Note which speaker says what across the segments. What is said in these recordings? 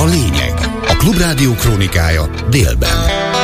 Speaker 1: a lényeg. A Klubrádió krónikája délben.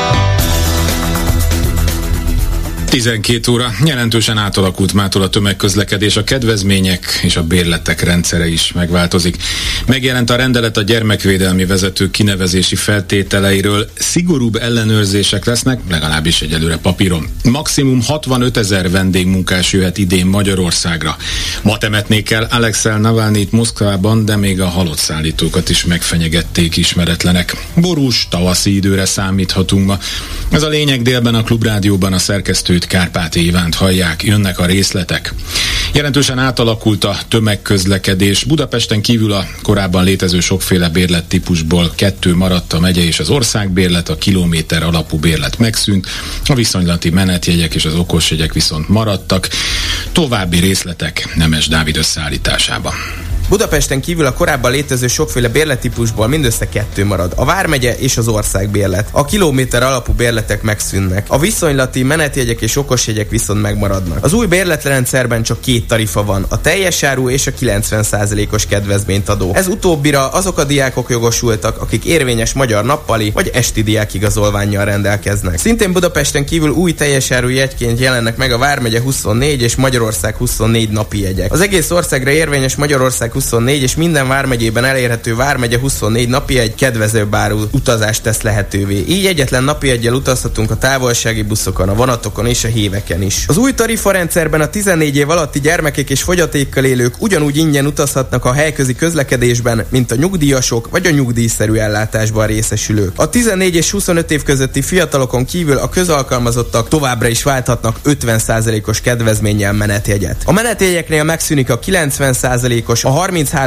Speaker 2: 12 óra, jelentősen átalakult mától a tömegközlekedés, a kedvezmények és a bérletek rendszere is megváltozik. Megjelent a rendelet a gyermekvédelmi vezetők kinevezési feltételeiről, szigorúbb ellenőrzések lesznek, legalábbis egyelőre papíron. Maximum 65 000 vendégmunkás jöhet idén Magyarországra. Ma temetnék el Alexej Navalnyit Moszkvában, de még a halott szállítókat is megfenyegették ismeretlenek. Borús, tavaszi időre számíthatunk ma. Ez a lényeg délben a Klubrádióban, a szerkesztőt Kárpáti Ivánt hallják, jönnek a részletek. Jelentősen átalakult a tömegközlekedés. Budapesten kívül a korábban létező sokféle bérlettípusból 2 maradt, a megye és az országbérlet, a kilométer alapú bérlet megszűnt, a viszonylati menetjegyek és az okosjegyek viszont maradtak. További részletek Nemes Dávid összeállításában.
Speaker 3: Budapesten kívül a korábban létező sokféle bérlettípusból mindössze 2 marad, a vármegye és az országbérlet. A kilométer alapú bérletek megszűnnek. A viszonylati menetjegyek és okosjegyek viszont megmaradnak. Az új bérletrendszerben csak 2 tarifa van, a teljes áru és a 90%-os kedvezményt adó. Ez utóbbira azok a diákok jogosultak, akik érvényes magyar nappali vagy esti diákigazolvánnyal rendelkeznek. Szintén Budapesten kívül új teljes áru jegyként jelennek meg a vármegye 24 és Magyarország 24 napi jegyek. Az egész országra érvényes Magyarország 24 és minden vármegyében elérhető vármegye 24 napi egy kedvezőbb áru utazást tesz lehetővé. Így egyetlen napi eggyel utazhatunk a távolsági buszokon, a vonatokon és a híveken is. Az új tarifarendszerben a 14 év alatti gyermekek és fogyatékkal élők ugyanúgy ingyen utazhatnak a helyközi közlekedésben, mint a nyugdíjasok vagy a nyugdíjszerű ellátásban részesülők. A 14 és 25 év közötti fiatalokon kívül a közalkalmazottak továbbra is válthatnak 50%-os kedvezménnyel menetjegyet. A menetjegyeknél megszűnik a 90%-os, a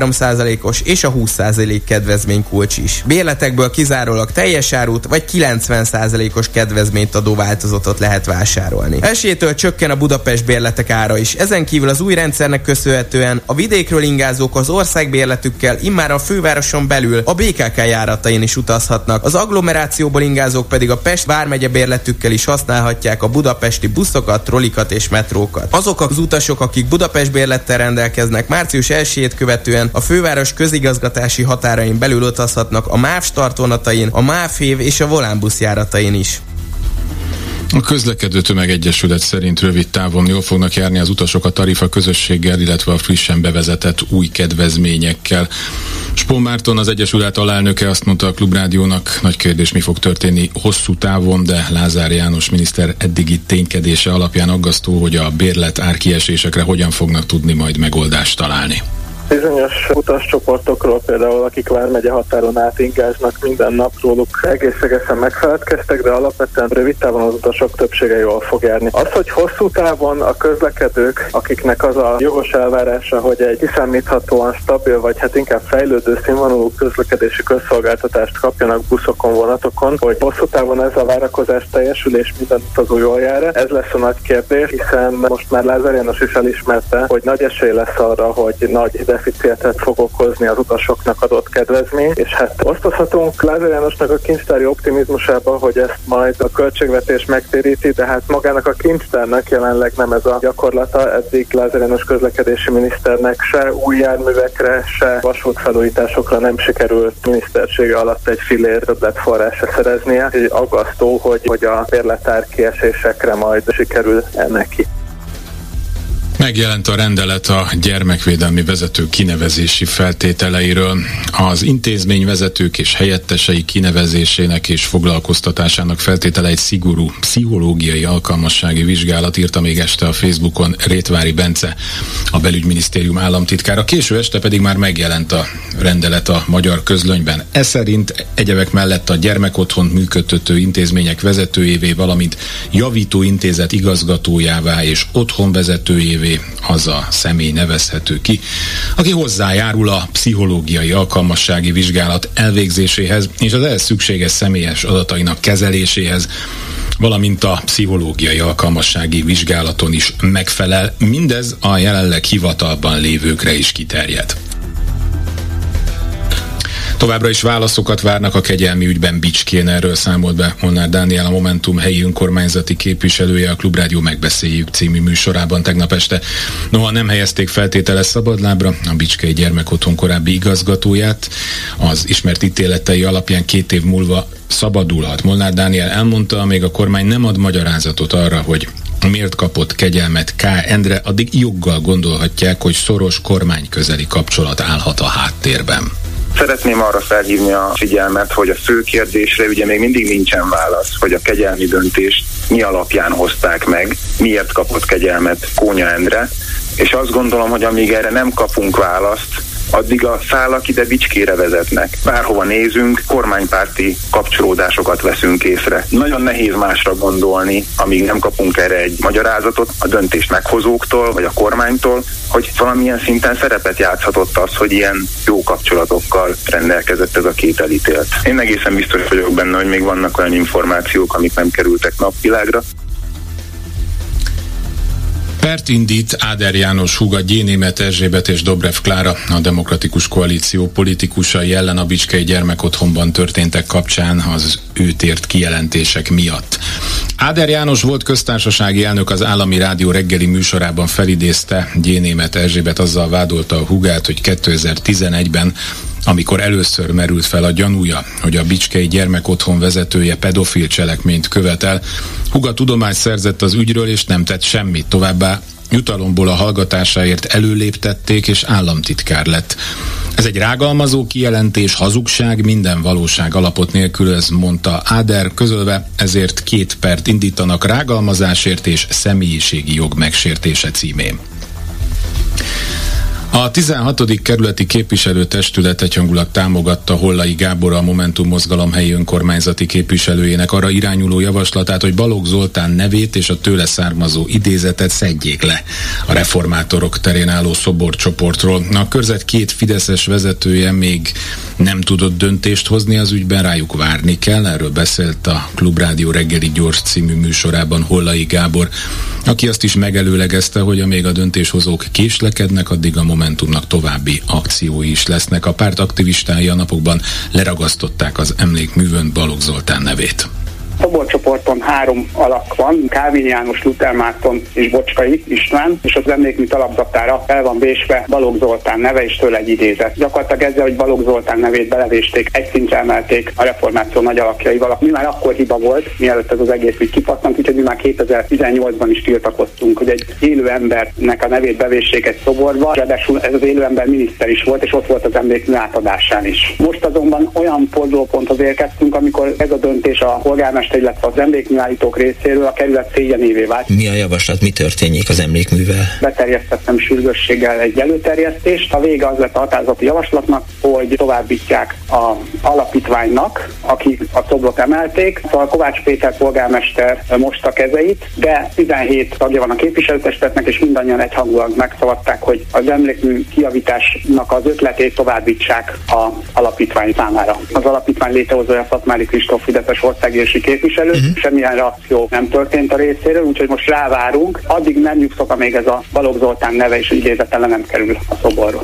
Speaker 3: 33%-os és a 20% kedvezménykulcs is. Bérletekből kizárólag teljes árut vagy 90%-os kedvezményt adó változatot lehet vásárolni. Elsőjétől csökken a Budapest bérletek ára is. Ezen kívül az új rendszernek köszönhetően a vidékről ingázók az országbérletükkel immár a fővároson belül a BKK járatain is utazhatnak. Az agglomerációból ingázók pedig a Pest vármegye bérletükkel is használhatják a budapesti buszokat, trollikat és metrókat. Azok az utasok, akik Budapest bérlettel rendelkeznek, március 1-ét követően a főváros közigazgatási határain belül utazhatnak a MÁV startvonatain, a MÁV hév és a volánbusz járatain is.
Speaker 2: A Közlekedő Tömegegyesület szerint rövid távon jól fognak járni az utasok a tarifa közösséggel, illetve a frissen bevezetett új kedvezményekkel. Spón Márton, az Egyesület alelnöke azt mondta a Klubrádiónak, nagy kérdés, mi fog történni hosszú távon, de Lázár János miniszter eddigi ténykedése alapján aggasztó, hogy a bérlet árkiesésekre hogyan fognak tudni majd megoldást találni.
Speaker 4: Bizonyos utascsoportokról például, akik vármegye határon át ingáznak minden nap, róluk egészségesen megfeledkeztek, de alapvetően rövid távon az utasok többsége jól fog járni. Az, hogy hosszú távon a közlekedők, akiknek az a jogos elvárása, hogy egy kiszámíthatóan stabil, vagy hát inkább fejlődő színvonalú közlekedési közszolgáltatást kapjanak buszokon, vonatokon, hogy hosszú távon ez a várakozás teljesül és minden utazó jól jár, ez lesz a nagy kérdés, hiszen most már Lázár János is elismerte, hogy nagy esély lesz arra, hogy nagy deficitet fog okozni az utasoknak adott kedvezmény, és hát osztozhatunk Lázár Jánosnak a kincstári optimizmusába, hogy ezt majd a költségvetés megtéríti, de hát magának a kincstárnak jelenleg nem ez a gyakorlata. Eddig Lázár János közlekedési miniszternek se új járművekre, se vasútfelújításokra nem sikerült minisztersége alatt egy fillér többletforrásra szereznie. Így aggasztó, hogy a bérletár kiesésekre majd sikerül neki.
Speaker 2: Megjelent a rendelet a gyermekvédelmi vezetők kinevezési feltételeiről. Az intézményvezetők és helyettesei kinevezésének és foglalkoztatásának feltétele egy szigorú pszichológiai alkalmassági vizsgálat, írta még este a Facebookon Rétvári Bence, a belügyminisztérium államtitkára. Késő este pedig már megjelent a rendelet a Magyar Közlönyben. Ez szerint egyebek mellett a gyermekotthont működtető intézmények vezetőjévé, valamint javító intézet igazgatójává és otthonvezetőjévé az a személy nevezhető ki, aki hozzájárul a pszichológiai alkalmassági vizsgálat elvégzéséhez és az ehhez szükséges személyes adatainak kezeléséhez, valamint a pszichológiai alkalmassági vizsgálaton is megfelel. Mindez a jelenleg hivatalban lévőkre is kiterjed. Továbbra is válaszokat várnak a kegyelmi ügyben Bicskén, erről számolt be Molnár Dániel, a Momentum helyi önkormányzati képviselője a Klubrádió Megbeszéljük című műsorában tegnap este. Noha nem helyezték feltételes szabadlábra a Bicskei Gyermekotthon korábbi igazgatóját, az ismert ítéletei alapján 2 év múlva szabadulhat. Molnár Dániel elmondta, még a kormány nem ad magyarázatot arra, hogy miért kapott kegyelmet K. Endre, addig joggal gondolhatják, hogy szoros kormányközeli kapcsolat állhat a háttérben.
Speaker 5: Szeretném arra felhívni a figyelmet, hogy a fő kérdésre ugye még mindig nincsen válasz, hogy a kegyelmi döntést mi alapján hozták meg, miért kapott kegyelmet Kónya Endre, és azt gondolom, hogy amíg erre nem kapunk választ, addig a szálak ide Bicskére vezetnek. Bárhova nézünk, kormánypárti kapcsolódásokat veszünk észre. Nagyon nehéz másra gondolni, amíg nem kapunk erre egy magyarázatot a döntés meghozóktól, vagy a kormánytól, hogy valamilyen szinten szerepet játszhatott az, hogy ilyen jó kapcsolatokkal rendelkezett ez a 2 elítélt. Én egészen biztos vagyok benne, hogy még vannak olyan információk, amik nem kerültek napvilágra.
Speaker 2: Pert indít Áder János húga Gyénémet Erzsébet és Dobrev Klára, a Demokratikus Koalíció politikusai ellen a Bicskei Gyermekotthonban történtek kapcsán az őt ért kijelentések miatt. Áder János volt köztársasági elnök az Állami Rádió reggeli műsorában felidézte Gyénémet Erzsébet, azzal vádolta a húgát, hogy 2011-ben, amikor először merült fel a gyanúja, hogy a Bicskei Gyermekotthon vezetője pedofil cselekményt követel, húga tudomást szerzett az ügyről és nem tett semmit, továbbá jutalomból a hallgatásáért előléptették és államtitkár lett. Ez egy rágalmazó kijelentés, hazugság, minden valóság alapot nélkülöz, mondta Áder, közölve ezért 2 pert indítanak rágalmazásért és személyiségi jog megsértése címén. A 16. kerületi képviselőtestület egyhangulag támogatta Hollai Gábor, a Momentum mozgalom helyi önkormányzati képviselőjének arra irányuló javaslatát, hogy Balogh Zoltán nevét és a tőle származó idézetet szedjék le a reformátorok terén álló szoborcsoportról. A körzet 2 fideszes vezetője még nem tudott döntést hozni az ügyben, rájuk várni kell, erről beszélt a Klubrádió reggeli gyors című műsorában Hollai Gábor, aki azt is megelőlegezte, hogy amíg a döntéshozók késlekednek, addig a Momentumnak további akciói is lesznek. A párt aktivistái a napokban leragasztották az emlékművön Balogh Zoltán nevét.
Speaker 6: Szoborcsoporton 3 alak van, Kálvin János, Luther Márton és Bocskai István, és az emlékmű talapzatára fel van vésve Balogh Zoltán neve és tőle egy idézet. Gyakorlatilag ezzel, hogy Balogh Zoltán nevét belevésték, egy szintre emelték a reformáció nagy alakjaival. Mi már akkor hiba volt, mielőtt ez az egész ügy kipattant, úgyhogy mi már 2018-ban is tiltakoztunk, hogy egy élő embernek a nevét bevéssék egy szoborba, ráadásul ez az élő ember miniszter is volt, és ott volt az emlékmű átadásán is. Most azonban olyan fordulóponthoz érkeztünk, amikor ez a döntés a polgármester, illetve az emlékműállítók részéről a kerület szégyenévé vált.
Speaker 7: Mi a javaslat, mi történik az emlékművel?
Speaker 6: Beterjesztettem sürgősséggel egy előterjesztést. A vége az lett a határozati javaslatnak, hogy továbbítják az alapítványnak, akik a szobrot emelték. Szóval Kovács Péter polgármester most a kezeit, de 17 tagja van a képviselőtestületnek, és mindannyian egyhangulag megszavazták, hogy az emlékmű kijavításnak az ötletét továbbítsák az alapítvány számára. Az alapítvány létrehozója Szatmári Kristóf fideszes országgyűlési képviselő, semmilyen reakció nem történt a részéről, úgyhogy most rávárunk. Addig nem nyugszok, amíg ez a Balogh Zoltán neve és idézete le nem kerül a szoborról.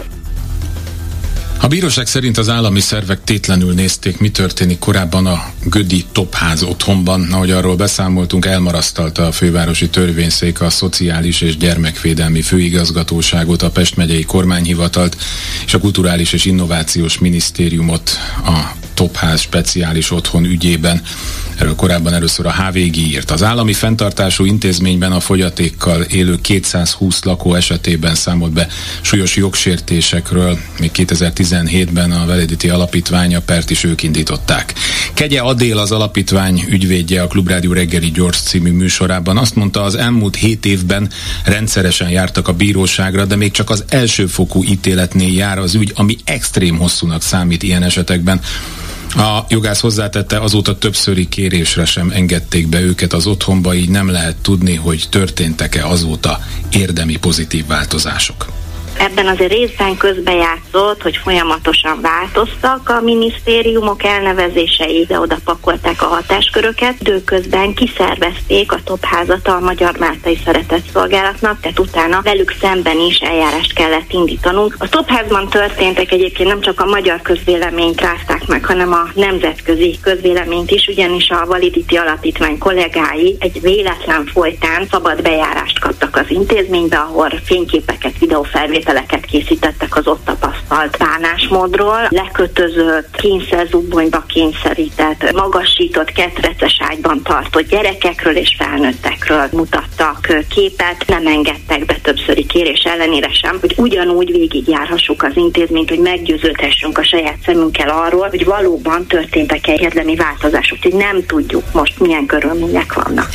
Speaker 2: A bíróság szerint az állami szervek tétlenül nézték, mi történik korábban a Gödi Topház otthonban. Ahogy arról beszámoltunk, elmarasztalta a fővárosi törvényszék a Szociális és Gyermekvédelmi Főigazgatóságot, a Pest megyei kormányhivatalt és a Kulturális és Innovációs Minisztériumot a Topház speciális otthon ügyében. Erről korábban először a HVG írt. Az állami fenntartású intézményben a fogyatékkal élő 220 lakó esetében számolt be súlyos jogsértésekről. Még 2017-ben a Velediti Alapítvány, a pert is ők indították. Kegye Adél, az alapítvány ügyvédje, a Klubrádió reggeli gyors című műsorában azt mondta, az elmúlt 7 évben rendszeresen jártak a bíróságra, de még csak az elsőfokú ítéletnél jár az ügy, ami extrém hosszúnak számít ilyen esetekben. A jogász hozzátette, azóta többszöri kérésre sem engedték be őket az otthonba, így nem lehet tudni, hogy történtek-e azóta érdemi pozitív változások.
Speaker 8: Ebben azért részben közbejátszott, hogy folyamatosan változtak a minisztériumok elnevezései, de oda pakolták a hatásköröket. Időközben kiszervezték a Topházat a Magyar Máltai Szeretetszolgálatnak, tehát utána velük szemben is eljárást kellett indítanunk. A Topházban történtek egyébként nem csak a magyar közvéleményt rázták meg, hanem a nemzetközi közvéleményt is, ugyanis a Validity Alapítvány kollégái egy véletlen folytán szabad bejárást kaptak az intézménybe, ahol fényképeket, videófelvételeket készítettek az ott tapasztalt bánásmódról, lekötözött, kényszerzubbonyba kényszerített, magasított, ketreces ágyban tartott gyerekekről és felnőttekről mutattak képet, nem engedtek be többszöri kérés ellenére sem, hogy ugyanúgy végigjárhassuk az intézményt, hogy meggyőződhessünk a saját szemünkkel arról, hogy valóban történtek-e érdemi változások, hogy nem tudjuk most milyen körülmények vannak.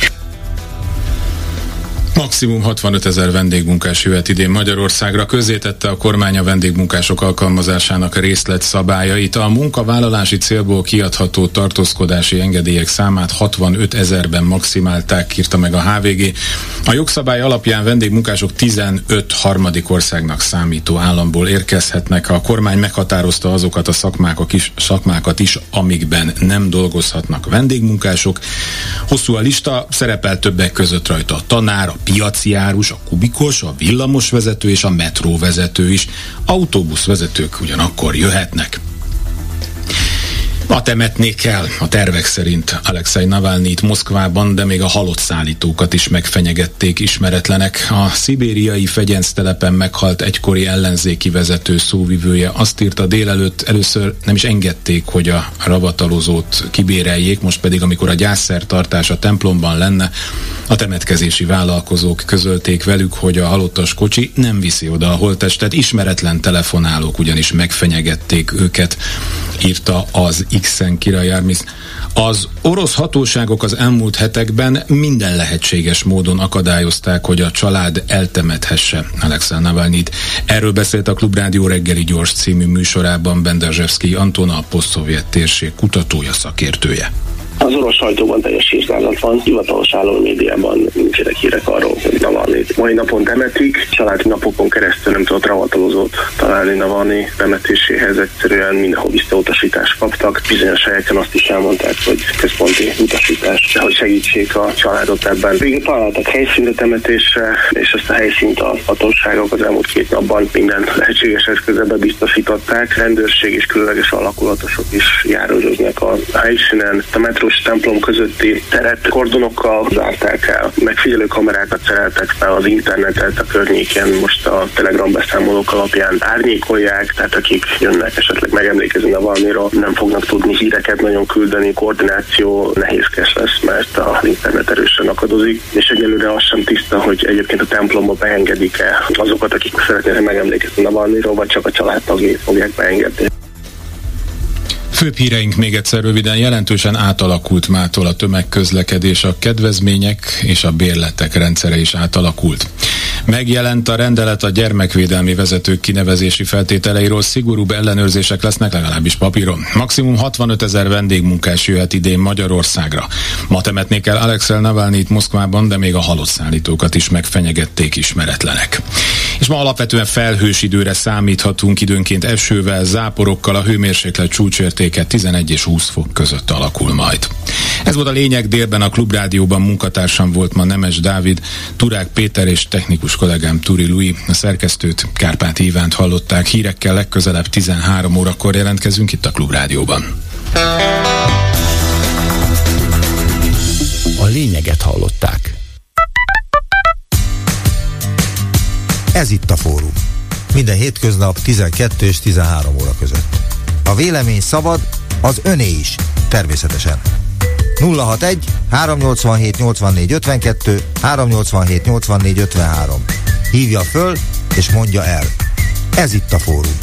Speaker 2: Maximum 65 000 vendégmunkás jöhet idén Magyarországra. Közzétette a kormány a vendégmunkások alkalmazásának részletszabályait. A munkavállalási célból kiadható tartózkodási engedélyek számát 65 000-ben maximálták, írta meg a HVG. A jogszabály alapján vendégmunkások 15 harmadik országnak számító államból érkezhetnek. A kormány meghatározta azokat a szakmákat is, amikben nem dolgozhatnak vendégmunkások. Hosszú a lista, szerepel többek között rajta a tanár, a piaci árus, a kubikos, a villamosvezető és a metróvezető is. Autóbuszvezetők ugyanakkor jöhetnek. Temetni kell a tervek szerint Alexei Navalnyit Moszkvában, de még a halott szállítókat is megfenyegették ismeretlenek. A szibériai fegyenctelepen meghalt egykori ellenzéki vezető szóvivője azt írta délelőtt, először nem is engedték, hogy a ravatalozót kibéreljék, most pedig, amikor a gyászszertartás a templomban lenne, a temetkezési vállalkozók közölték velük, hogy a halottas kocsi nem viszi oda a holttestet, ismeretlen telefonálók ugyanis megfenyegették őket, írta az X-en Király Ármis. Az orosz hatóságok az elmúlt hetekben minden lehetséges módon akadályozták, hogy a család eltemethesse Alexei Navalnyit. Erről beszélt a Klubrádió reggeli gyors című műsorában Benderzsevszkij Anton, a posztszovjet térség kutatója, szakértője.
Speaker 9: Az orosz sajtóban teljes hírzárlat van, hivatalos állami médiában nincsenek hírek arról, hogy Navalnyit mai napon temetik. Családi napokon keresztül nem tudott ravatalozót találni Navalnyi temetéséhez, egyszerűen mindenhol visszautasítást kaptak. Bizonyos helyeken azt is elmondták, hogy központi utasítás, hogy segítsék a családot ebben. Végül találtak helyszínre temetésre, és ezt a helyszínt a hatóságok az elmúlt 2 napban minden lehetséges eszközbe biztosították. Rendőrség és különleges alakulatosok is járőröznek a helyszínen. A metrós templom közötti teret kordonokkal zárták el, megfigyelő kamerákat szereltek fel, az internetet a környéken most a Telegram beszámolók alapján árnyékolják, tehát akik jönnek esetleg megemlékezni Navalnyról, nem fognak tudni híreket nagyon küldeni, koordináció nehézkes lesz, mert az internet erősen akadozik, és egyelőre az sem tiszta, hogy egyébként a templomba beengedik-e azokat, akik szeretnének megemlékezni Navalnyról, vagy csak a családtagjait fogják beengedni.
Speaker 2: Főbb híreink még egyszer röviden: jelentősen átalakult mától a tömegközlekedés, a kedvezmények és a bérletek rendszere is átalakult. Megjelent a rendelet a gyermekvédelmi vezetők kinevezési feltételeiről, szigorúbb ellenőrzések lesznek, legalábbis papíron. Maximum 65 000 vendégmunkás jöhet idén Magyarországra. Ma temetnék el Alexei Navalnyit Moszkvában, de még a halott szállítókat is megfenyegették ismeretlenek. És ma alapvetően felhős időre számíthatunk, időnként esővel, záporokkal, a hőmérséklet csúcsértéke 11 és 20 fok között alakul majd. Ez volt a lényeg délben. A Klubrádióban munkatársam volt ma Nemes Dávid, Turák Péter és technikus kollégám Turi Lui, a szerkesztőt, Kárpáti Ivánt hallották. Hírekkel legközelebb 13 órakor jelentkezünk itt a Klubrádióban.
Speaker 1: A lényeget hallották. Ez itt a Fórum. Minden hétköznap 12 és 13 óra között. A vélemény szabad, az öné is, természetesen. 061 387 84 52 387 84 53. Hívja föl és mondja el. Ez itt a Fórum.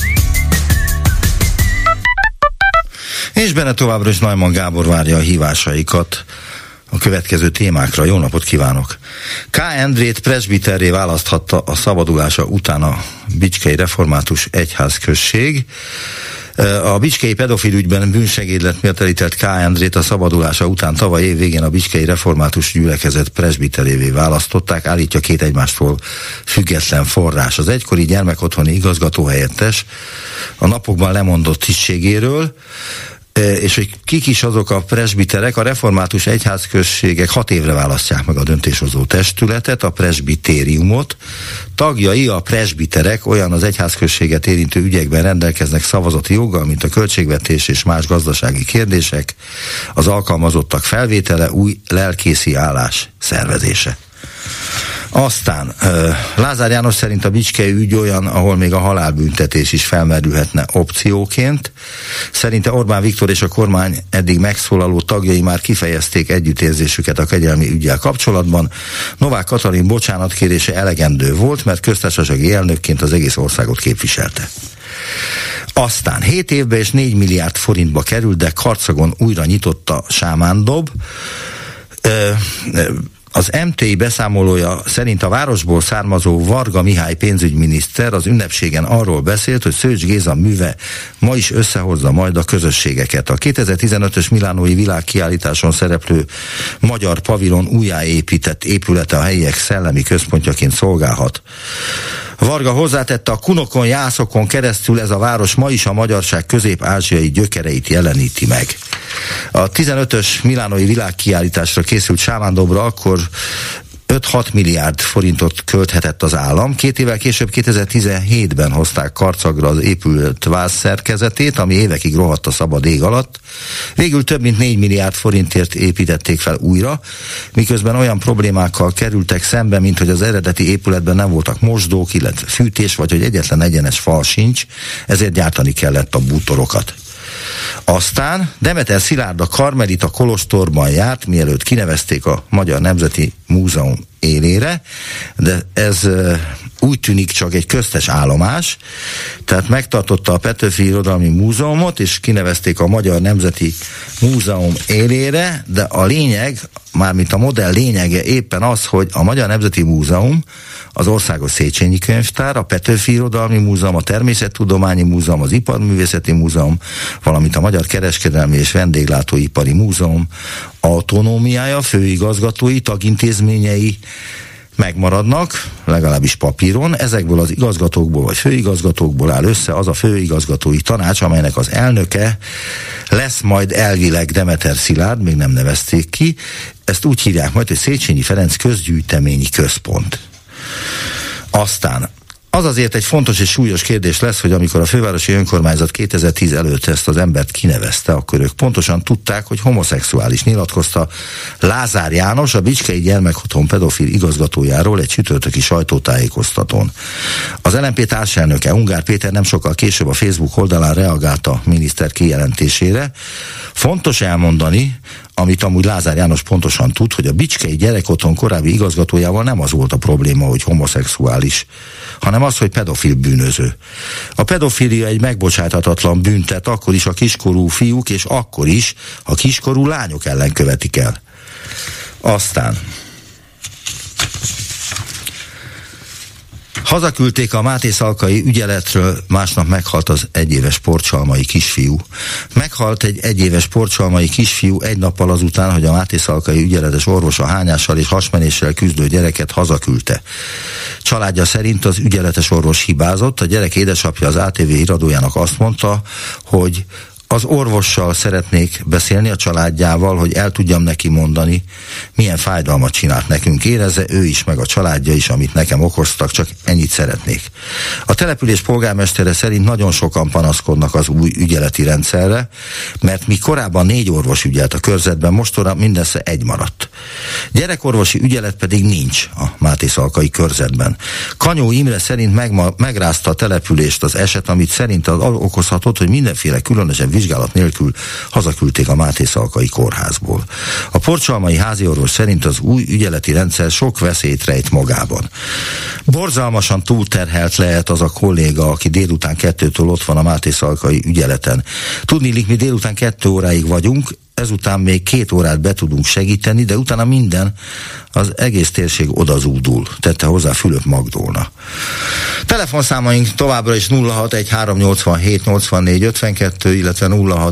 Speaker 1: És benne továbbra is Neumann Gábor várja a hívásaikat a következő témákra. Jó napot kívánok! K. Endrét presbiterré választhatta a szabadulása után a Bicskei Református Egyházközség. A bicskei pedofil ügyben bűnsegédlet miatt elítélt K. Endrét a szabadulása után tavaly év végén a bicskei református gyülekezet presbiterévé választották, állítja két egymástól független forrás. Az egykori gyermekotthoni igazgatóhelyettes a napokban lemondott tisztségéről, és hogy kik is azok a presbiterek, a református egyházközségek 6 évre választják meg a döntéshozó testületet, a presbitériumot. Tagjai, a presbiterek olyan az egyházközséget érintő ügyekben rendelkeznek szavazati joggal, mint a költségvetés és más gazdasági kérdések, az alkalmazottak felvétele, új lelkészi állás szervezése. Aztán Lázár János szerint a bicskei ügy olyan, ahol még a halálbüntetés is felmerülhetne opcióként. Szerinte Orbán Viktor és a kormány eddig megszólaló tagjai már kifejezték együttérzésüket a kegyelmi üggyel kapcsolatban. Novák Katalin bocsánatkérése elegendő volt, mert köztársasági elnökként az egész országot képviselte. Aztán 7 évbe és 4 milliárd forintba került, de Karcagon újra nyitotta Sámándob. Az MTI beszámolója szerint a városból származó Varga Mihály pénzügyminiszter az ünnepségen arról beszélt, hogy Szőcs Géza műve ma is összehozza majd a közösségeket. A 2015-ös milánói világkiállításon szereplő magyar pavilon újjáépített épülete a helyiek szellemi központjaként szolgálhat. Varga hozzátette, a kunokon, jászokon keresztül ez a város ma is a magyarság közép-ázsiai gyökereit jeleníti meg. A 15-ös milánói világkiállításra készült Sámándobra akkor 5-6 milliárd forintot költhetett az állam. 2 évvel később, 2017-ben hozták Karcagra az épült váz szerkezetét, ami évekig rohadt a szabad ég alatt. Végül több mint 4 milliárd forintért építették fel újra, miközben olyan problémákkal kerültek szembe, mint hogy az eredeti épületben nem voltak mosdók, illetve fűtés, vagy hogy egyetlen egyenes fal sincs, ezért gyártani kellett a bútorokat. Aztán Demeter Szilárd a karmelita kolostorban járt, mielőtt kinevezték a Magyar Nemzeti Múzeum élére, de ez úgy tűnik csak egy köztes állomás, tehát megtartotta a Petőfi Irodalmi Múzeumot, és kinevezték a Magyar Nemzeti Múzeum élére, de a lényeg, mármint a modell lényege éppen az, hogy a Magyar Nemzeti Múzeum, az Országos Széchenyi Könyvtár, a Petőfi Irodalmi Múzeum, a Természettudományi Múzeum, az Iparművészeti Múzeum, valamint a Magyar Kereskedelmi és Vendéglátóipari Múzeum autonómiája, főigazgatói, tagintézményei megmaradnak, legalábbis papíron. Ezekből az igazgatókból vagy főigazgatókból áll össze az a főigazgatói tanács, amelynek az elnöke lesz majd elvileg Demeter Szilárd, még nem nevezték ki. Ezt úgy hívják majd, hogy Széchenyi Ferenc Közgyűjteményi Központ. Aztán az azért egy fontos és súlyos kérdés lesz, hogy amikor a fővárosi önkormányzat 2010 előtt ezt az embert kinevezte, akkor ők pontosan tudták, hogy homoszexuális, nyilatkozta Lázár János, a Bicskei Gyermekotthon pedofil igazgatójáról egy csütörtöki sajtótájékoztatón. Az LMP társelnöke, Ungár Péter nem sokkal később a Facebook oldalán reagált a miniszter kijelentésére. Fontos elmondani, amit amúgy Lázár János pontosan tud, hogy a Bicskei Gyerekotthon korábbi igazgatójával nem az volt a probléma, hogy homoszexuális, hanem az, hogy pedofil bűnöző. A pedofilia egy megbocsáthatatlan büntet, akkor is a kiskorú fiúk, és akkor is, ha kiskorú lányok ellen követik el. Aztán hazaküldték a mátészalkai ügyeletről, másnap meghalt az 1 éves porcsalmai kisfiú. Meghalt egy 1 éves porcsalmai kisfiú egy nappal azután, hogy a mátészalkai ügyeletes orvos a hányással és hasmenéssel küzdő gyereket hazaküldte. Családja szerint az ügyeletes orvos hibázott, a gyerek édesapja az ATV híradójának azt mondta, hogy az orvossal szeretnék beszélni, a családjával, hogy el tudjam neki mondani, milyen fájdalmat csinált nekünk. Érezze ő is, meg a családja is, amit nekem okoztak, csak ennyit szeretnék. A település polgármestere szerint nagyon sokan panaszkodnak az új ügyeleti rendszerre, mert mi korábban 4 orvos ügyelt a körzetben, mostanra mindössze 1 maradt. Gyerekorvosi ügyelet pedig nincs a mátészalkai körzetben. Kanyó Imre szerint megrázta a települést az eset, amit szerint az okozhatott, hogy mindenféle különösebb vizsgálat nélkül hazaküldték a mátészalkai kórházból. A porcsalmai háziorvos szerint az új ügyeleti rendszer sok veszélyt rejt magában. Borzalmasan túlterhelt lehet az a kolléga, aki délután 2-től ott van a mátészalkai ügyeleten. Tudniillik, mi délután 2 óráig vagyunk, ezután még 2 órát be tudunk segíteni, de utána minden, az egész térség odazúdul, tette hozzá Fülöp Magdolna. Telefonszámaink továbbra is 061-387-84-52, illetve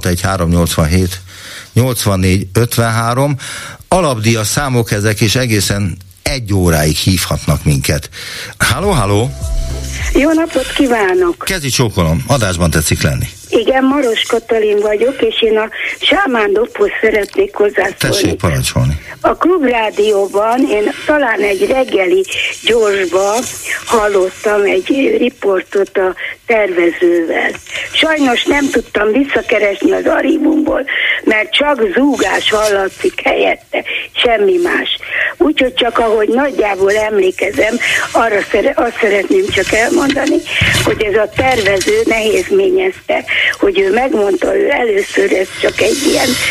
Speaker 1: 061-387-84-53. Alapdíjas számok ezek, és egészen 1 óráig hívhatnak minket. Halló?
Speaker 10: Jó napot kívánok!
Speaker 1: Kezi csókolom, adásban tetszik lenni.
Speaker 10: Igen, Maros Katalin vagyok, és én a Sámán Dobhoz szeretnék hozzászólni.
Speaker 1: Tessék parancsolni.
Speaker 10: A Klubrádióban én talán egy reggeli gyorsba hallottam egy riportot a tervezővel. Sajnos nem tudtam visszakeresni az archívumból, mert csak zúgás hallatszik helyette, semmi más. Úgyhogy csak ahogy nagyjából emlékezem, azt szeretném csak elmondani, hogy ez a tervező nehézményezte, hogy ő megmondta, ő először ez csak egy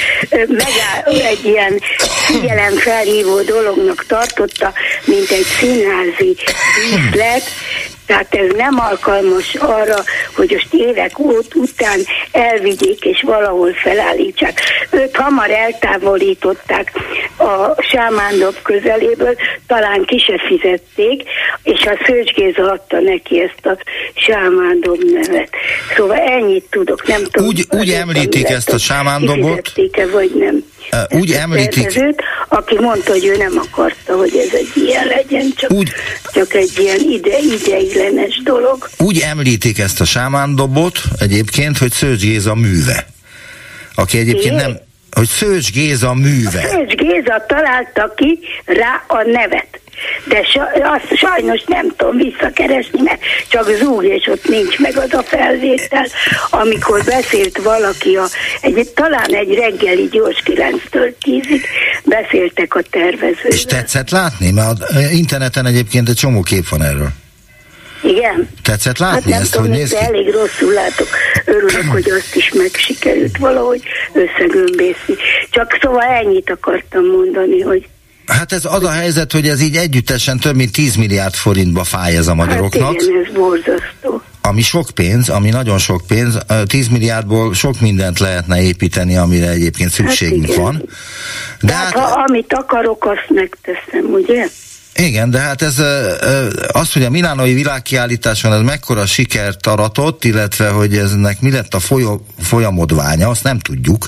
Speaker 10: ilyen figyelemfelhívó dolognak tartotta, mint egy színházi díszlet, tehát ez nem alkalmas arra, hogy most évek után elvigyék és valahol felállítsák. Őt hamar eltávolították a Sámán Dob közeléből, talán ki se fizették, és a Szőcs Géza adta neki ezt a Sámán Dob nevet. Szóval ennyit tudok, nem tudom.
Speaker 1: Úgy említik ezt a Sámán Dobot?
Speaker 10: Vagy nem.
Speaker 1: Úgy említik,
Speaker 10: aki mondta, hogy ő nem akarta, hogy ez egy ilyen legyen, csak egy ilyen ideiglenes dolog.
Speaker 1: Úgy említik ezt a Sámán Dobot egyébként, hogy Szőcs Géza műve. Aki egyébként nem, hogy Szőcs Géza műve.
Speaker 10: Szőcs Géza találta ki rá a nevet. De azt sajnos nem tudom visszakeresni, mert csak zúg, és ott nincs meg az a felvétel, amikor beszélt valaki, talán egy reggeli gyors 9-től 10-ig beszéltek a tervezővel.
Speaker 1: És tetszett látni? Mert az interneten egyébként egy csomó kép van erről.
Speaker 10: Igen.
Speaker 1: Tetszett látni
Speaker 10: hát
Speaker 1: ezt,
Speaker 10: tudom,
Speaker 1: hogy néz ki?
Speaker 10: elég rosszul látok. Örülök, hogy azt is megsikerült valahogy összegömbészni. Csak szóval ennyit akartam mondani, hogy
Speaker 1: hát ez az a helyzet, hogy ez így együttesen több mint 10 milliárd forintba fáj ez a magyaroknak.
Speaker 10: Hát igen, ez borzasztó.
Speaker 1: Ami sok pénz, ami nagyon sok pénz, 10 milliárdból sok mindent lehetne építeni, amire egyébként szükségünk van. De
Speaker 10: hát, ha amit akarok, azt megteszem, ugye?
Speaker 1: Igen, de hát ez az, hogy a milánói világkiállításon ez mekkora sikert aratott, illetve hogy eznek mi lett a folyamodványa, azt nem tudjuk.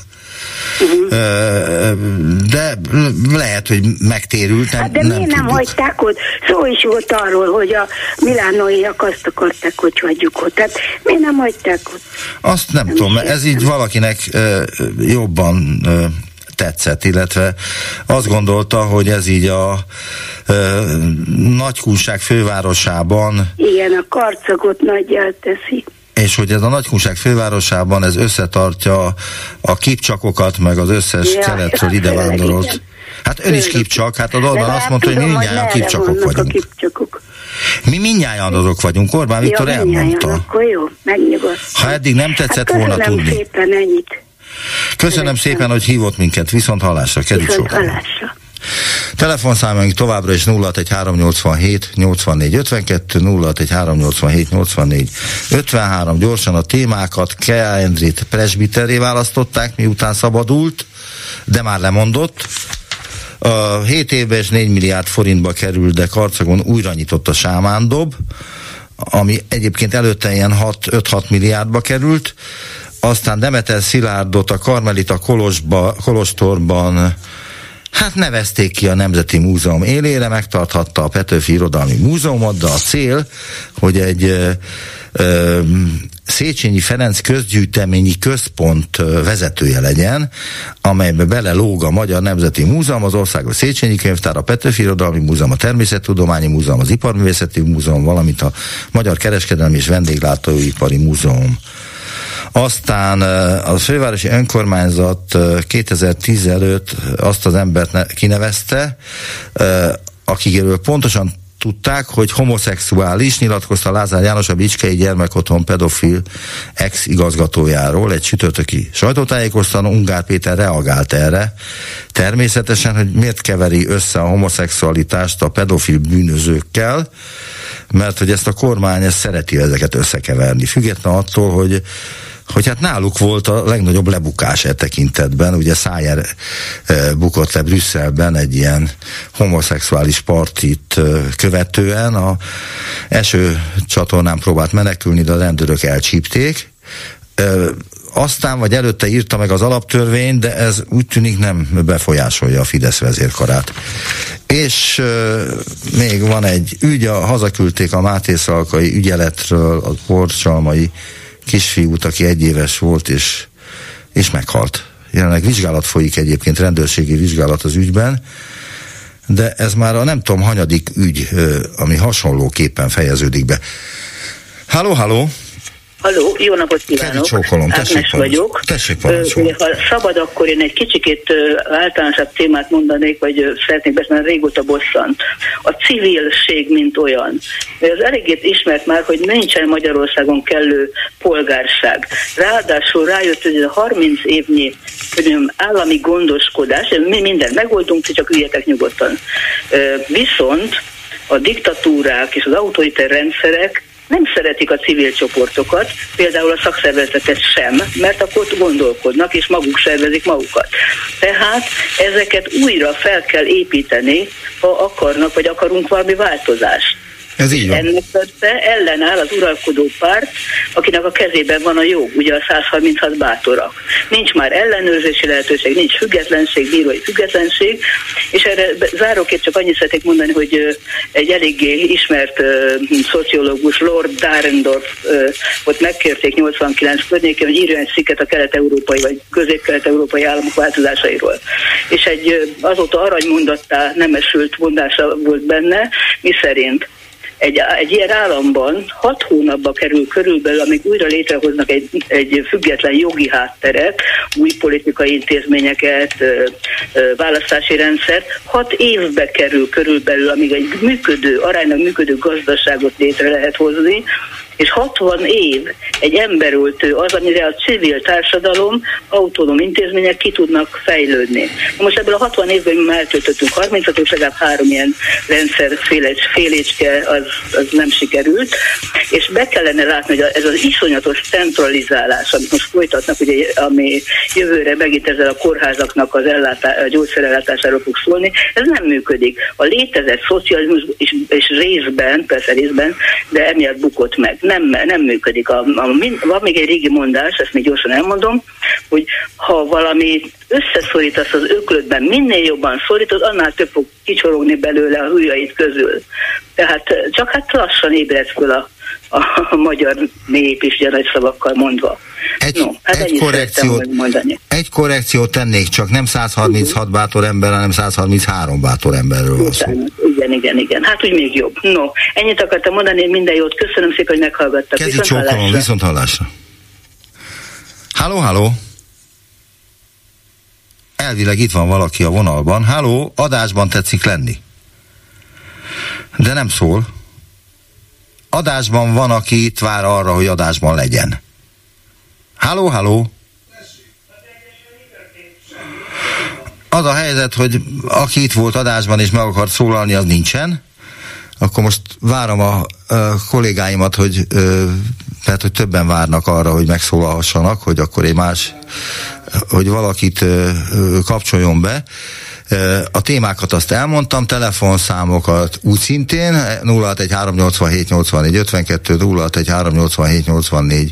Speaker 1: De lehet, hogy megtérült.
Speaker 10: Hát de miért nem hagyták ott? Szó is volt arról, hogy a milánóiak azt akarták, hogy hagyjuk ott. Tehát miért nem hagyták ott?
Speaker 1: Azt nem tudom, ez így valakinek jobban tetszett, illetve azt gondolta, hogy ez így a Nagykunság fővárosában.
Speaker 10: Igen, a karcagot nagyját teszi.
Speaker 1: És hogy ez a Nagykunság fővárosában ez összetartja a kipcsakokat, meg az összes keletről ide vándorolt. Hát ön is kipcsak, hát az Orbán azt mondta, hogy mi mindnyájan kipcsakok vagyunk. Mi mindnyájan azok vagyunk, Orbán Viktor elmondta.
Speaker 10: Akkor jó, megnyugodt.
Speaker 1: Ha eddig nem tetszett volna tudni.
Speaker 10: Köszönöm szépen, ennyit.
Speaker 1: Köszönöm szépen, hogy hívott minket. Viszont hallásra.
Speaker 10: Viszont hallásra.
Speaker 1: Telefonszámunk továbbra is 061-387 84-52, 061-387 84-53. Gyorsan a témákat. Kea Endrit presbiterré választották, miután szabadult, de már lemondott. 7 évben és 4 milliárd forintba került, de Karcagon újra nyitott a Sámán Dob, ami egyébként előtte ilyen 5-6 milliárdba került. Aztán Demeter Szilárdot a Karmelita kolostorban nevezték ki a Nemzeti Múzeum élére, megtarthatta a Petőfi Irodalmi Múzeumot, de a cél, hogy egy Széchenyi Ferenc közgyűjteményi központ vezetője legyen, amelybe belelóg a Magyar Nemzeti Múzeum, az Országos Széchenyi Könyvtár, a Petőfi Irodalmi Múzeum, a Természettudományi Múzeum, az Iparművészeti Múzeum, valamint a Magyar Kereskedelmi és Vendéglátóipari Múzeum. Aztán a fővárosi önkormányzat 2010 előtt azt az embert kinevezte, akiről pontosan tudták, hogy homoszexuális, nyilatkozta Lázár János, a Bicskei Gyermekotthon pedofil ex-igazgatójáról egy csütörtöki sajtótájékoztatón. Ungár Péter reagált erre. Természetesen, hogy miért keveri össze a homoszexualitást a pedofil bűnözőkkel, mert hogy ezt a kormány szereti ezeket összekeverni. Független attól, hogy hát náluk volt a legnagyobb lebukás e tekintetben. Ugye Szájer bukott le Brüsszelben egy ilyen homoszexuális partit követően. A első csatornán próbált menekülni, de a rendőrök elcsípték. Aztán vagy előtte írta meg az alaptörvényt, de ez úgy tűnik nem befolyásolja a Fidesz vezérkarát. És még van egy ügy, hazaküldték a Mátészalkai ügyeletről a borcsalmai kisfiút, aki 1 éves volt, és meghalt. Jelenleg vizsgálat folyik egyébként, rendőrségi vizsgálat az ügyben, de ez már a nem tudom hanyadik ügy, ami hasonlóképpen fejeződik be. Halló, halló!
Speaker 11: Halló, jó napot kívánok! Ágnes vagyok. Ha szabad, akkor én egy kicsikét általánosabb témát mondanék, vagy szeretnék beszélni, régóta bosszant. A civilség, mint olyan. Az eléggé ismert már, hogy nincsen Magyarországon kellő polgárság. Ráadásul rájött, hogy a 30 évnyi állami gondoskodás, mi mindent megoldunk, csak üljetek nyugodtan. Viszont a diktatúrák és az autoriter rendszerek nem szeretik a civil csoportokat, például a szakszervezeteket sem, mert akkor gondolkodnak, és maguk szervezik magukat. Tehát ezeket újra fel kell építeni, ha akarnak, vagy akarunk valami változást.
Speaker 1: Ez így van.
Speaker 11: Ennek persze ellenáll az uralkodó párt, akinek a kezében van a jog, ugye a 136 bátorak. Nincs már ellenőrzési lehetőség, nincs függetlenség, bírói függetlenség, és erre záróképp csak annyit szeretnék mondani, hogy egy eléggé ismert szociológus, Lord Dahrendorf, ott megkérték 89 környékén, hogy írjon egy cikket a kelet-európai vagy közép-kelet-európai államok változásairól. És egy azóta aranymondattá nemesült mondása volt benne, miszerint egy ilyen államban 6 hónapba kerül körülbelül, amíg újra létrehoznak egy független jogi hátteret, új politikai intézményeket, választási rendszert, 6 évbe kerül körülbelül, amíg egy aránylag működő gazdaságot létre lehet hozni, és 60 év egy emberöltő az, amire a civil társadalom, autonóm intézmények ki tudnak fejlődni. Most ebből a 60 évben mi már eltöltöttünk 30-at, és legalább 3 ilyen rendszer félécske az nem sikerült, és be kellene látni, hogy ez az iszonyatos centralizálás, amit most folytatnak, ugye, ami jövőre megint ezzel a kórházaknak az a gyógyszerellátásáról fog szólni, ez nem működik. A létezett szocializmus és részben, de emiatt bukott meg. Nem működik. Van még egy régi mondás, ezt még gyorsan elmondom, hogy ha valami összeszorítasz az öklödben, minél jobban szorítod, annál több fog kicsorogni belőle az ujjaid közül. Tehát csak lassan ébredsz föl a magyar nép is, ugye nagy szavakkal mondva.
Speaker 1: Egy korrekciót tennék, csak nem 136 bátor ember, hanem 133 bátor emberről van szó.
Speaker 11: Igen. Hát úgy még jobb. No, ennyit akartam mondani, minden jót. Köszönöm szépen, hogy meghallgattak.
Speaker 1: Kezi csókolom, viszont hallásra. Halló. Elvileg itt van valaki a vonalban. Halló, adásban tetszik lenni. De nem szól. Adásban van, aki itt vár arra, hogy adásban legyen. Halló. Az a helyzet, hogy aki itt volt adásban és meg akart szólalni, az nincsen. Akkor most várom a kollégáimat, hogy többen várnak arra, hogy megszólalhassanak, hogy akkor hogy valakit kapcsoljon be. A témákat azt elmondtam, telefonszámokat úgy szintén 061-387-84-52, 061-387-84-53.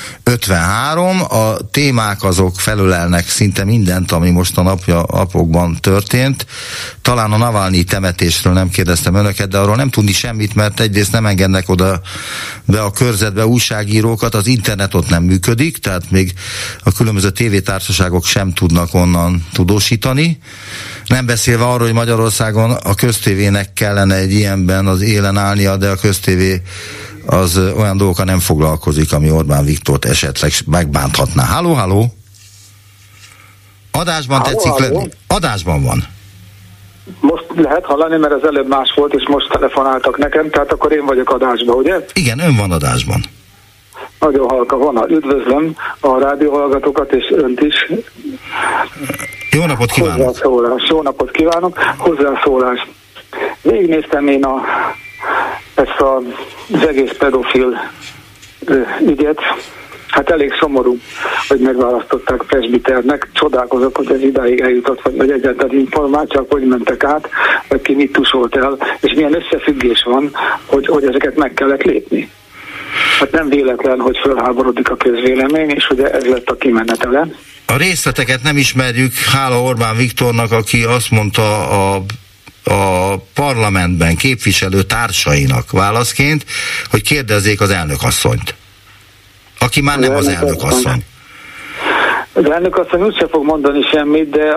Speaker 1: A témák azok felölelnek szinte mindent, ami most a napokban történt. Talán a Navalnyi temetésről nem kérdeztem önöket, de arról nem tudni semmit, mert egyrészt nem engednek oda be a körzetbe újságírókat, az internet ott nem működik, tehát még a különböző tévétársaságok sem tudnak onnan tudósítani. Nem beszélve arról, hogy Magyarországon a köztévének kellene egy ilyenben az élen állnia, de a köztévé az olyan dolgokkal nem foglalkozik, ami Orbán Viktort esetleg megbánthatná. Halló? Adásban tetszik lenni? Adásban van.
Speaker 12: Most lehet hallani, mert az előbb más volt, és most telefonáltak nekem, tehát akkor én vagyok adásban, ugye?
Speaker 1: Igen, ön van adásban.
Speaker 12: Nagyon halka van. Üdvözlöm a rádióhallgatókat, és önt is.
Speaker 1: Jó napot kívánok!
Speaker 12: Jó napot kívánok! Hozzászólás. Végignéztem én ezt az egész pedofil ügyet, Hát elég szomorú, hogy megválasztották presbiternek. Csodálkozok, hogy ez idáig eljutott, vagy egyáltalán információk, hogy mentek át, vagy ki mit tusolt el, és milyen összefüggés van, hogy ezeket meg kellett lépni. Hát nem véletlen, hogy fölháborodik a közvélemény, és hogy ez lett a kimenetele.
Speaker 1: A részleteket nem ismerjük, hála Orbán Viktornak, aki azt mondta a parlamentben képviselő társainak válaszként, hogy kérdezzék az elnökasszonyt, aki már nem az elnökasszony.
Speaker 12: Az elnökasszony úgyse fog mondani semmit, de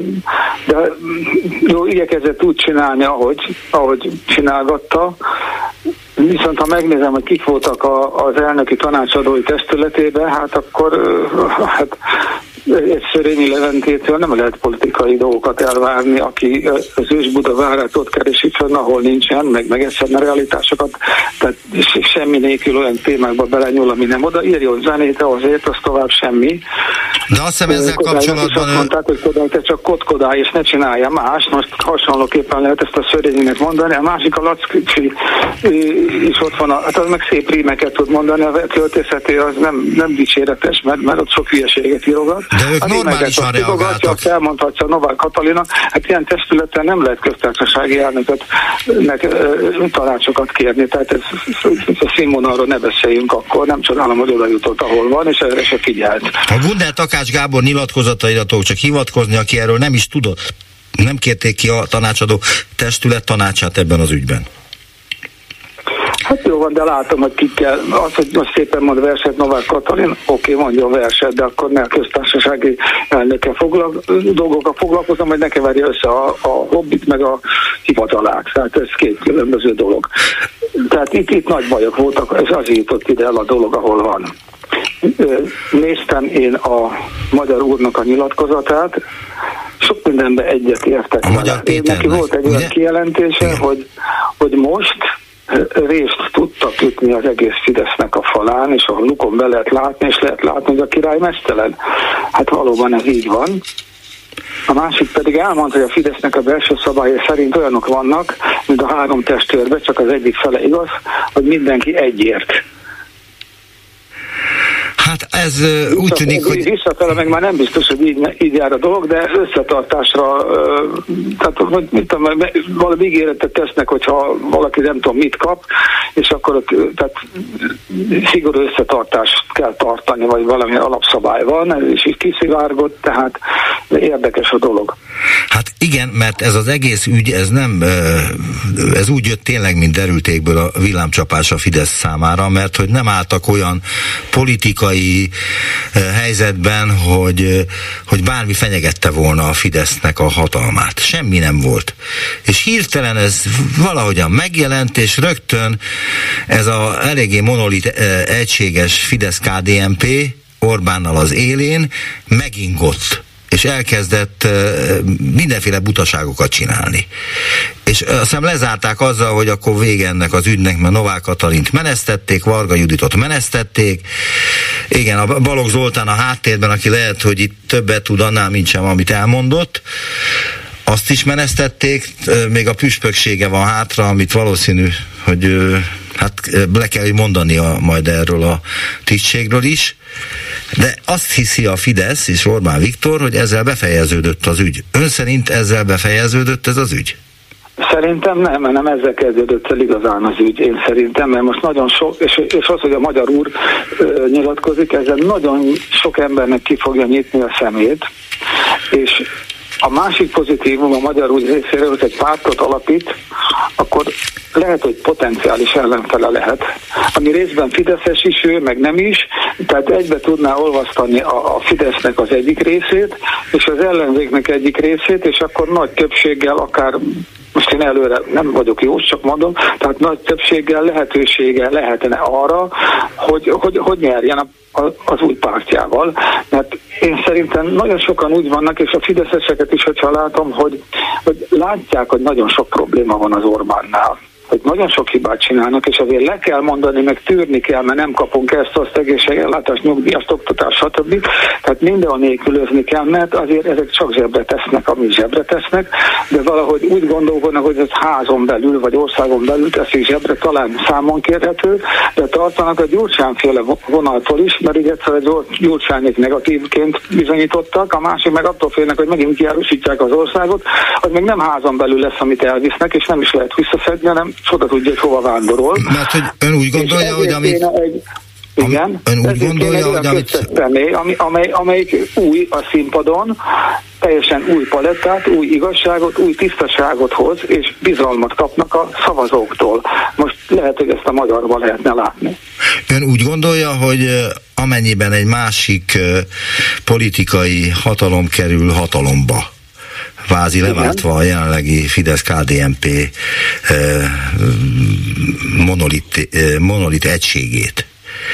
Speaker 12: jó, igyekezett úgy csinálni, ahogy csinálgatta. Viszont ha megnézem, hogy kik voltak az elnöki tanácsadói testületében, hát akkor egy Szörényi Leventétől nem lehet politikai dolgokat elvárni, aki az Ős-Buda várát ott keresi fönn, ahol nincsen, meg egyszerűen realitásokat, tehát semmi nélkül olyan témákba belenyúl, ami nem oda írjon zenét, azért az tovább semmi.
Speaker 1: De azt hiszem ezzel kapcsolatban...
Speaker 12: mondták, hogy Kodály, te csak kotkodálj, és ne csinálja más. Most hasonlóképpen lehet ezt a Szörényinek mondani. A másik, a Lackicsi is ott van, hát az meg szép rímeket tud mondani, a költészeti az nem dicséretes, mert ott sok hülyeséget írogat.
Speaker 1: De ők normálisan reagáltak.
Speaker 12: Azt elmondhatja Novák Katalin, hát ilyen testületen nem lehet köztársasági elnökötnek tanácsokat kérni, tehát ez a színvonalról ne beszéljünk akkor, nem csodálom, hogy oda jutott, ahol van, és erre se figyelt.
Speaker 1: A Gundel Takács Gábor nyilatkozataira tudok csak hivatkozni, aki erről nem is tudott. Nem kérték ki a tanácsadó testület tanácsát ebben az ügyben.
Speaker 12: Hát jó van, de látom, hogy ki kell. Az, hogy most szépen mond verset Novák Katalin, oké, mondjon verset, de akkor ne a köztársasági elnöke dolgokkal foglalkozom, hogy ne keverje össze a hobbit meg a hivatalát. Tehát ez két különböző dolog. Tehát itt nagy bajok voltak, ez azért jutott ide el a dolog, ahol van. Néztem én a magyar úrnak a nyilatkozatát, sok mindenben egyet értek vele. Neki volt egy olyan kijelentése, hogy most részt tudtak ütni az egész Fidesznek a falán, és a lukon be lehet látni, és lehet látni, hogy a király meztelen. Hát valóban ez így van. A másik pedig elmondta, hogy a Fidesznek a belső szabályai szerint olyanok vannak, mint a három testvérben, csak az egyik fele igaz, hogy mindenki egyért.
Speaker 1: Hát ez úgy tűnik, hogy...
Speaker 12: Visszafele meg már nem biztos, hogy így jár a dolog, de összetartásra, tehát mit tudom, valami ígéretet tesznek, hogyha valaki nem tudom mit kap, és akkor tehát szigorú összetartást kell tartani, vagy valami alapszabály van, és így kiszivárgott, tehát érdekes a dolog.
Speaker 1: Hát igen, mert ez az egész ügy, ez úgy jött tényleg, mint derültékből a villámcsapás a Fidesz számára, mert hogy nem álltak olyan politikai helyzetben, hogy bármi fenyegette volna a Fidesznek a hatalmát. Semmi nem volt. És hirtelen ez valahogyan megjelent, és rögtön ez a eléggé monolit egységes Fidesz-KDNP Orbánnal az élén megingott, és elkezdett mindenféle butaságokat csinálni. És azt hiszem lezárták azzal, hogy akkor vége ennek az ügynek, mert Novák Katalint menesztették, Varga Juditot menesztették, igen, a Balogh Zoltán a háttérben, aki lehet, hogy itt többet tud annál, mint sem, amit elmondott, azt is menesztették, még a püspöksége van hátra, amit valószínű, hogy hát le kell mondani majd erről a tisztségről is, de azt hiszi a Fidesz és Orbán Viktor, hogy ezzel befejeződött az ügy. Ön szerint ezzel befejeződött ez az ügy?
Speaker 12: Szerintem nem ezzel kezdődött el igazán az ügy, én szerintem, mert most nagyon sok, és az, hogy a magyar úr nyilatkozik, ezzel nagyon sok embernek ki fogja nyitni a szemét, és a másik pozitívum a magyar úr részéről, hogy egy pártot alapít, akkor lehet, hogy potenciális ellenfele lehet. Ami részben fideszes is ő, meg nem is, tehát egybe tudná olvasztani a Fidesznek az egyik részét, és az ellenzéknek egyik részét, és akkor nagy többséggel akár, most én előre nem vagyok jó, csak mondom, tehát nagy többséggel lehetősége lehetne arra, hogy nyerjen az új pártjával. Mert én szerintem nagyon sokan úgy vannak, és a fideszeseket is, hogyha látom, hogy látják, hogy nagyon sok probléma van az Orbánnál. hogy nagyon sok hibát csinálnak, és azért le kell mondani, meg tűrni kell, mert nem kapunk ezt, azt, egészségellátást, nyugdíjast, oktatást, stb. Tehát mindenhol nélkülözni kell, mert azért ezek csak zsebre tesznek, amit zsebre tesznek, de valahogy úgy gondolkodnak, hogy ez házon belül, vagy országon belül teszik zsebre, talán számon kérhető, de tartanak a Gyurcsányféle vonaltól is, mert így egyszer egy Gyurcsányék negatívként bizonyítottak, a másik meg attól félnek, hogy megint kiárusítják az országot, hogy még nem házon belül lesz, amit elvisznek, és nem is lehet visszaszedni, hanem csoda tudja, hogy hova vándorol.
Speaker 1: Mert hogy ön úgy gondolja, hogy amit...
Speaker 12: Igen,
Speaker 1: ön úgy gondolja, hogy amit...
Speaker 12: amelyik új a színpadon, teljesen új palettát, új igazságot, új tisztaságot hoz, és bizalmat kapnak a szavazóktól. Most lehet, hogy ezt a magyarban lehetne látni.
Speaker 1: Ön úgy gondolja, hogy amennyiben egy másik politikai hatalom kerül hatalomba, vázi leváltva a jelenlegi Fidesz-KDNP monolit egységét,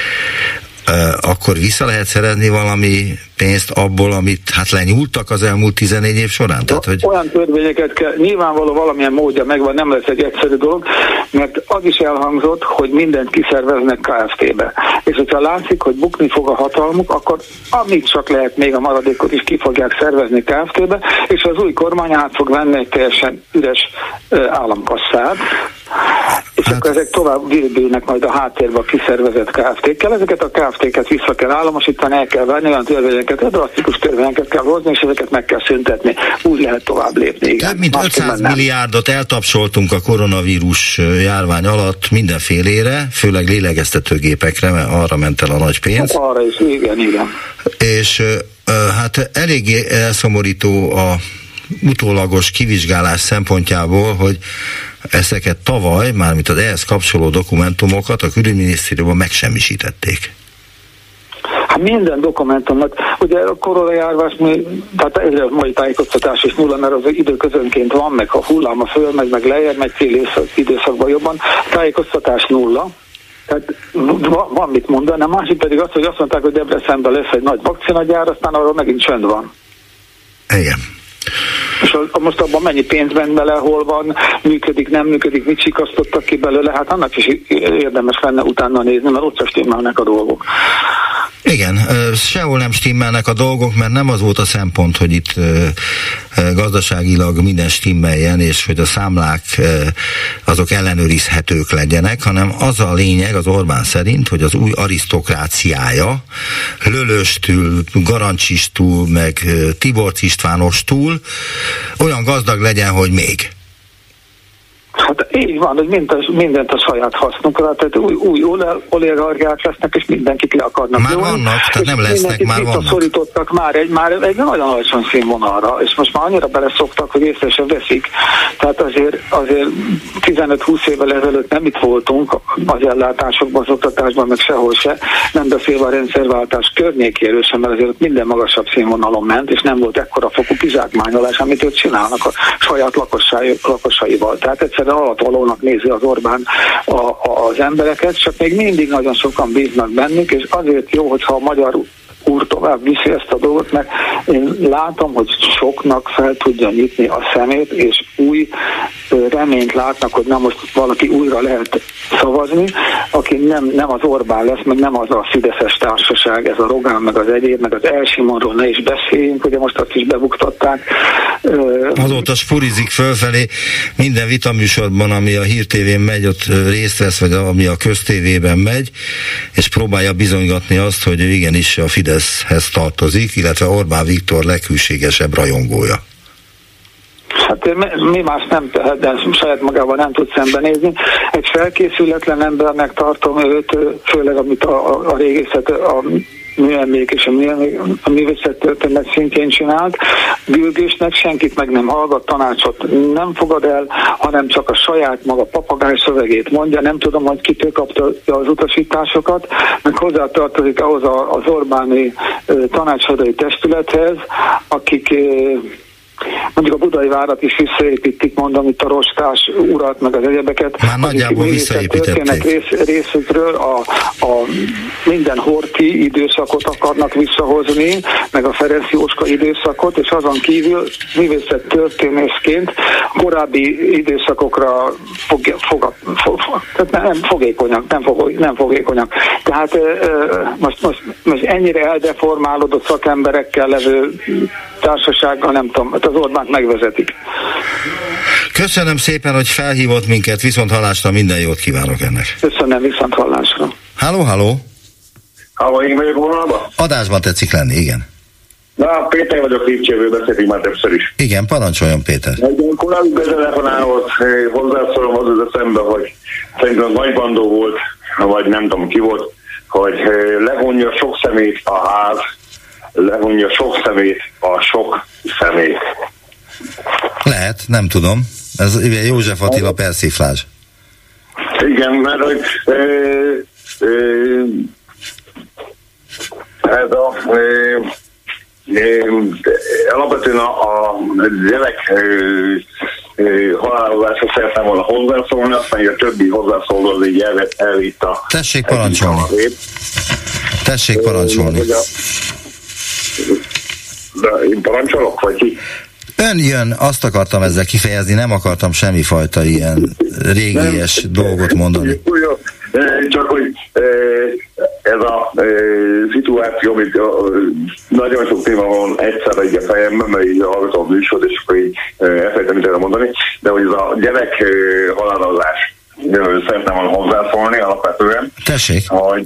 Speaker 1: akkor vissza lehet szerezni valami pénzt abból, amit hát lenyúltak az elmúlt 14 év során? Tehát, hogy...
Speaker 12: Olyan törvényeket kell, nyilvánvaló valamilyen módja megvan, nem lesz egy egyszerű dolog, mert az is elhangzott, hogy mindent kiszerveznek Kft-be. És hogyha látszik, hogy bukni fog a hatalmuk, akkor amit csak lehet, még a maradékot is ki fogják szervezni Kft-be, és az új kormány át fog venni egy teljesen üres államkasszát, és akkor ezek tovább virbülnek majd a háttérbe a kiszervezett Kft-kkel. Ezeket a Kft-ket vissza kell államosítani, el kell venni, olyan törvényeket, drasztikus törvényeket kell hozni, és ezeket meg kell szüntetni. Úgy lehet tovább lépni. Igen.
Speaker 1: Több mint 500 milliárdot eltapsoltunk a koronavírus járvány alatt mindenfélére, főleg lélegeztetőgépekre, mert arra ment el a nagy pénz.
Speaker 12: Hát arra is, igen.
Speaker 1: És hát eléggé elszomorító a utólagos kivizsgálás szempontjából, hogy ezeket tavaly, mármint az ehhez kapcsoló dokumentumokat a külügyminisztériumban megsemmisítették.
Speaker 12: Hát minden dokumentumnak, ugye a koronajárvás, tehát egyre a mai tájékoztatás is nulla, mert az időközönként van, meg a hulláma fölmegy, meg lejjebb, meg fél időszakban jobban, tájékoztatás nulla. Tehát van mit mondani, a másik pedig az, hogy azt mondták, hogy Debrecenben lesz egy nagy vakcinagyár, aztán arról megint csönd van.
Speaker 1: Igen.
Speaker 12: És most abban mennyi pénz ment bele, hol van, működik, nem működik, mit sikasztottak ki belőle, hát annak is érdemes lenne utána nézni, mert ott sem stimmelnek a dolgok.
Speaker 1: Igen, sehol nem stimmelnek a dolgok, mert nem az volt a szempont, hogy itt gazdaságilag minden stimmeljen, és hogy a számlák azok ellenőrizhetők legyenek, hanem az a lényeg az Orbán szerint, hogy az új arisztokráciája Lölöstül, Garancsistól, meg Tiborcs Istvánostól olyan gazdag legyen, hogy még.
Speaker 12: Hát így van, hogy mindent a saját hasznukra, tehát új oligarchiák lesznek, és mindenkit le akarnak.
Speaker 1: Már vannak, tehát nem lesznek, már vannak.
Speaker 12: Szorítottak már egy nagyon alacsony színvonalra, és most már annyira beleszoktak, hogy észre sem veszik. Tehát azért 15-20 évvel ezelőtt nem itt voltunk az ellátásokban, az oktatásban, meg sehol se, nem beszélve a rendszerváltás környékéről sem, mert azért minden magasabb színvonalon ment, és nem volt ekkora fokú kizsákmányolás, amit ők csinálnak a saját lakosaival. Tehát egyszerűen alattvalónak nézi az Orbán az embereket, csak még mindig nagyon sokan bíznak bennük, és azért jó, hogyha a magyar úr tovább viszi ezt a dolgot, mert én látom, hogy soknak fel tudja nyitni a szemét, és új reményt látnak, hogy na most valaki újra lehet szavazni, aki nem az Orbán lesz, meg nem az a fideszes társaság, ez a Rogán, meg az egyéb, meg az Elsimonról ne is beszéljünk, ugye most azt is bebuktatták.
Speaker 1: Azóta spurizik fölfelé minden vitaműsorban, ami a Hír TV-n megy, ott részt vesz, vagy ami a köztévében megy, és próbálja bizonygatni azt, hogy igenis a Fideszhez tartozik, illetve Orbán Viktor leghűségesebb rajongója.
Speaker 12: Hát mi más nem tehet, de saját magával nem tud szembenézni. Egy felkészületlen embernek tartom őt, főleg amit a régészet, a műemlék és a művészettörténet szintjén csinált. Bülgősnek senkit meg nem hallgat, tanácsot nem fogad el, hanem csak a saját maga papagáj szövegét mondja. Nem tudom, hogy kitől kapta az utasításokat, meg hozzátartozik ahhoz az Orbáni tanácsadói testülethez, akik mondjuk a budai várat is visszaépítik, mondom, itt a Rostás urat, meg az egyebeket.
Speaker 1: Már nagyjából visszaépítették.
Speaker 12: Részükről a minden Horthy időszakot akarnak visszahozni, meg a Ferenc Jóska időszakot, és azon kívül művészettörténészként korábbi időszakokra nem fogékonyak. Tehát most ennyire eldeformálódott szakemberekkel levő társasággal, nem tudom, az Orbánt megvezetik.
Speaker 1: Köszönöm szépen, hogy felhívott minket, viszonthallásra, minden jót kívánok ennek.
Speaker 12: Köszönöm, viszonthallásra.
Speaker 1: Halló.
Speaker 13: Halló, én vagyok vonalban?
Speaker 1: Adásban tetszik lenni, igen.
Speaker 13: Na, Péter vagyok, Lipcsőből, beszéltünk már többször is.
Speaker 1: Igen, parancsoljon Péter.
Speaker 13: Amikor nem betelefonálod, hozzászólom az eszembe, hogy szerintem nagy bandó volt, vagy nem tudom ki volt, hogy levonja sok szemét a ház, levonja sok szemét a sok szemét.
Speaker 1: Lehet, nem tudom. Ez József Attila persiflázs.
Speaker 13: Igen, mert hogy ez a alapvetően a gyerek halálozása szeretném volna hozzászólni, aztán a többi hozzászóló az így elvitt a...
Speaker 1: Tessék parancsolni. Tessék parancsolni.
Speaker 13: De én parancsolok, vagy ki?
Speaker 1: Ön jön, azt akartam ezzel kifejezni, nem akartam semmifajta ilyen régies dolgot mondani.
Speaker 13: Csak hogy ez a szituáció, amit nagyon sok téma van egyszerre így a fejemben, mert így hallgatom a műsort, és akkor így elfelejtem mit mondani, de hogy ez a gyerek halálozás, szeretném volna hozzászólni alapvetően.
Speaker 1: Tessék.
Speaker 13: Hogy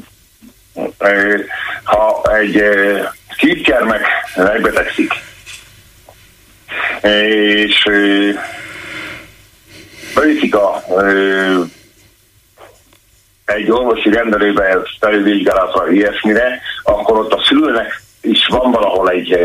Speaker 13: ha egy kisgyermek megbetegszik, és beviszik egy orvosi rendelőbe felülvizsgálatra, ilyesmire, akkor ott a szülőnek is van valahol egy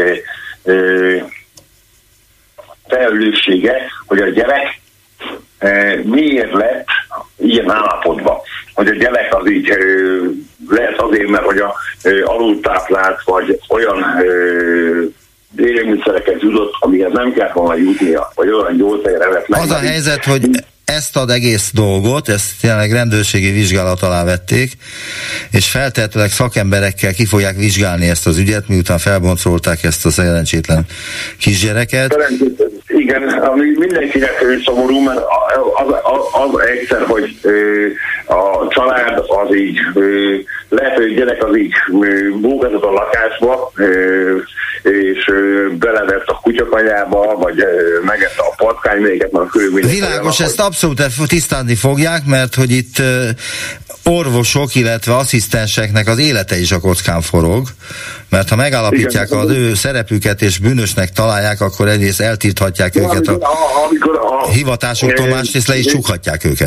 Speaker 13: felelőssége, hogy a gyerek miért lett ilyen állapotban. Hogy a gyerek az így lehet azért, mert hogy alultáplált, vagy olyan élelmiszereket jutott, amihez nem kellett volna jutnia, vagy olyan gyógyszerre vett meg.
Speaker 1: Az a helyzet, hogy ezt az egész dolgot, ezt tényleg rendőrségi vizsgálat alá vették, és feltehetőleg szakemberekkel ki fogják vizsgálni ezt az ügyet, miután felboncolták ezt a szerencsétlen kisgyereket.
Speaker 13: Igen, ami mindenkinek szomorú, mert az egyszer, hogy a család az így, lehet, hogy a gyerek az így bógatott a lakásba, és belevett a kutyakajába, vagy megette a patkányméket, mert a körülmények...
Speaker 1: Világos, ezt abszolút tisztázni fogják, mert hogy itt orvosok, illetve asszisztenseknek az élete is a kockán forog, mert ha megállapítják az ő szerepüket és bűnösnek találják, akkor egyrészt eltilthatják őket a hivatásoktól, másrészt le is csukhatják őket.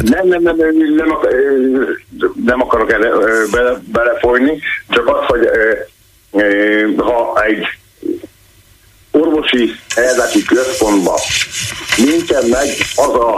Speaker 13: Nem akarok erre belefolyni, csak az, hogy ha egy orvosi ellátási központban nincsen meg az a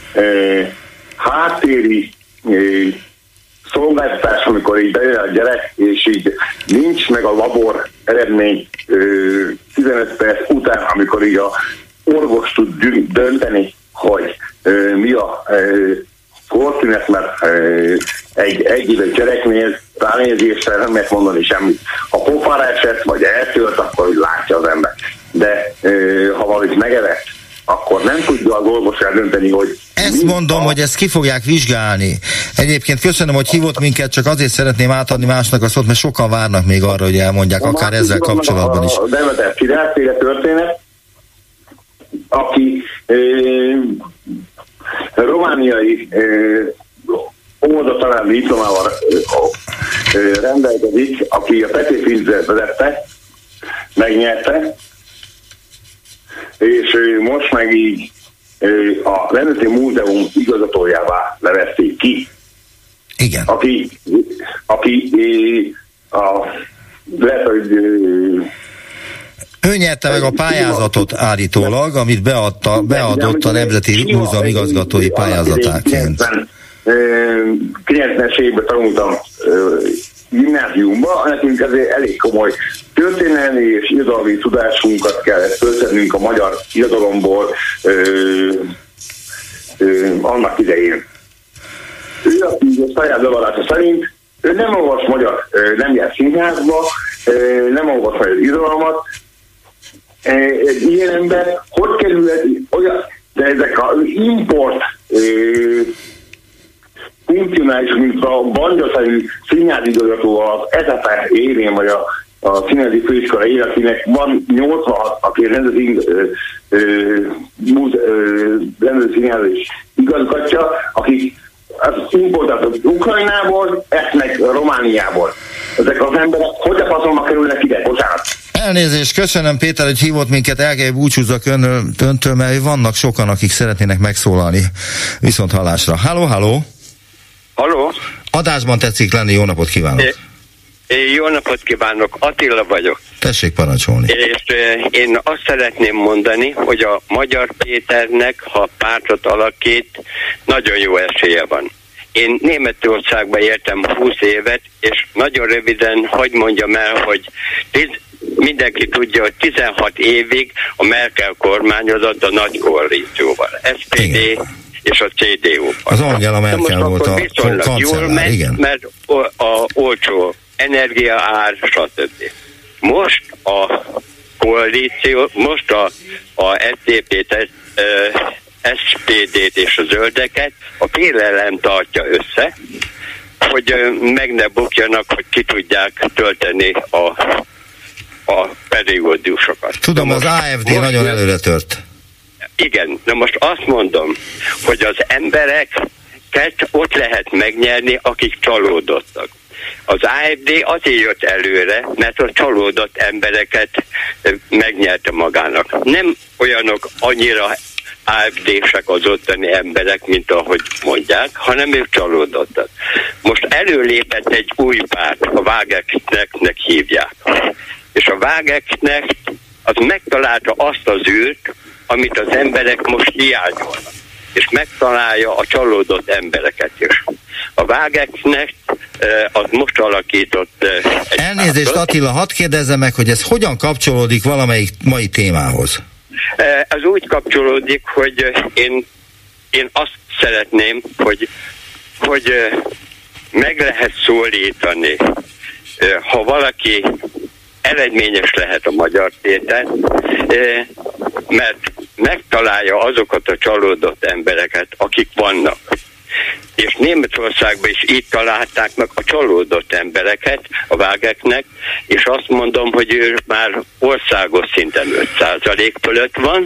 Speaker 13: háttéri szolgáltatás, amikor így bejön a gyerek, és így nincs meg a labor eredmény 15 perc után, amikor így a orvos tud dönteni, hogy mi a korszínet, mert egy éves gyereknél ránézésre nem lehet mondani semmit. Ha pofára esett, vagy eltört, akkor úgy látja az ember. De ha valamit megevett, akkor nem tudja az orvos eldönteni, hogy...
Speaker 1: Ezt mondom, hogy ezt ki fogják vizsgálni. Egyébként köszönöm, hogy hívott minket, csak azért szeretném átadni másnak a szót, mert sokan várnak még arra, hogy elmondják, akár ezzel kapcsolatban is.
Speaker 13: A Demeter királyféle történet, aki romániai óvoda talán diplomával rendelkezik, aki a Petőfi-intézetet vezette, megnyerte, és most meg így a Nemzeti Múzeum igazgatójává nevezték ki.
Speaker 1: Igen.
Speaker 13: Aki lehet, hogy
Speaker 1: ő nyerte meg a pályázatot állítólag, amit beadott a Nemzeti Múzeum igazgatói pályázatáként.
Speaker 13: 90-es évben tanultam gimnáziumban, nekünk azért elég komoly történelmi és irodalmi tudásunkat kellett fölszednünk a magyar irodalomból annak idején. Ő a saját bevallása szerint ő nem olvas magyar, nem jár színházba, nem olvas magyar irodalmat. Egy ilyen ember, hogy kerülhet olyan, de ezek az import funkcionális, mint a Bangyaszerű színházigazgató az ETFE évén, vagy a színházi főiskola életének van 86, aki rendező színház is igazgatja, akik az importáltak Ukrajnából, ezt meg Romániából. Ezek az emberek hogy a faszomba kerülnek ide? Bocsánat.
Speaker 1: Elnézést, köszönöm Péter, hogy hívott minket, el kell búcsúzzak öntől, mert vannak sokan, akik szeretnének megszólalni. Viszont hallásra. Halló?
Speaker 14: Halló?
Speaker 1: Adásban tetszik lenni, jó napot kívánok!
Speaker 14: Jó napot kívánok, Attila vagyok.
Speaker 1: Tessék parancsolni.
Speaker 14: És én azt szeretném mondani, hogy a Magyar Péternek, ha pártot alakít, nagyon jó esélye van. Én Németországban éltem 20 évet, és nagyon röviden hadd mondjam el, hogy mindenki tudja, hogy 16 évig a Merkel kormányozott a nagy koalícióval. SPD igen. És a CDU.
Speaker 1: Az Angela Merkel volt a kancellár, igen. Mert
Speaker 14: a olcsó energiaár, stb. Most a koalíció, most a SDP-t, SPD-t és a zöldeket a félelem tartja össze, hogy meg ne bukjanak, hogy ki tudják tölteni a periódusokat.
Speaker 1: Tudom, az AfD nagyon előre tört.
Speaker 14: Igen, de most azt mondom, hogy az embereket ott lehet megnyerni, akik csalódottak. Az AfD azért jött előre, mert a csalódott embereket megnyerte magának. Nem olyanok annyira AfD-sek az ottani emberek, mint ahogy mondják, hanem ők csalódottak. Most előlépett egy új párt, a Wagenknechtnek hívják. És a Wagenknecht az megtalálta azt az űrt, amit az emberek most hiányolnak, és megtalálja a csalódott embereket is. A Wagenknecht az most alakított
Speaker 1: Elnézést pártot. Attila, hadd kérdezzem meg, hogy ez hogyan kapcsolódik valamelyik mai témához?
Speaker 14: Ez úgy kapcsolódik, hogy én azt szeretném, hogy meg lehet szólítani, ha valaki eredményes lehet a Magyar Péter, mert megtalálja azokat a csalódott embereket, akik vannak. És Németországban is így találták meg a csalódott embereket, a Wagenknecht, és azt mondom, hogy ő már országos szinten 5% fölött van,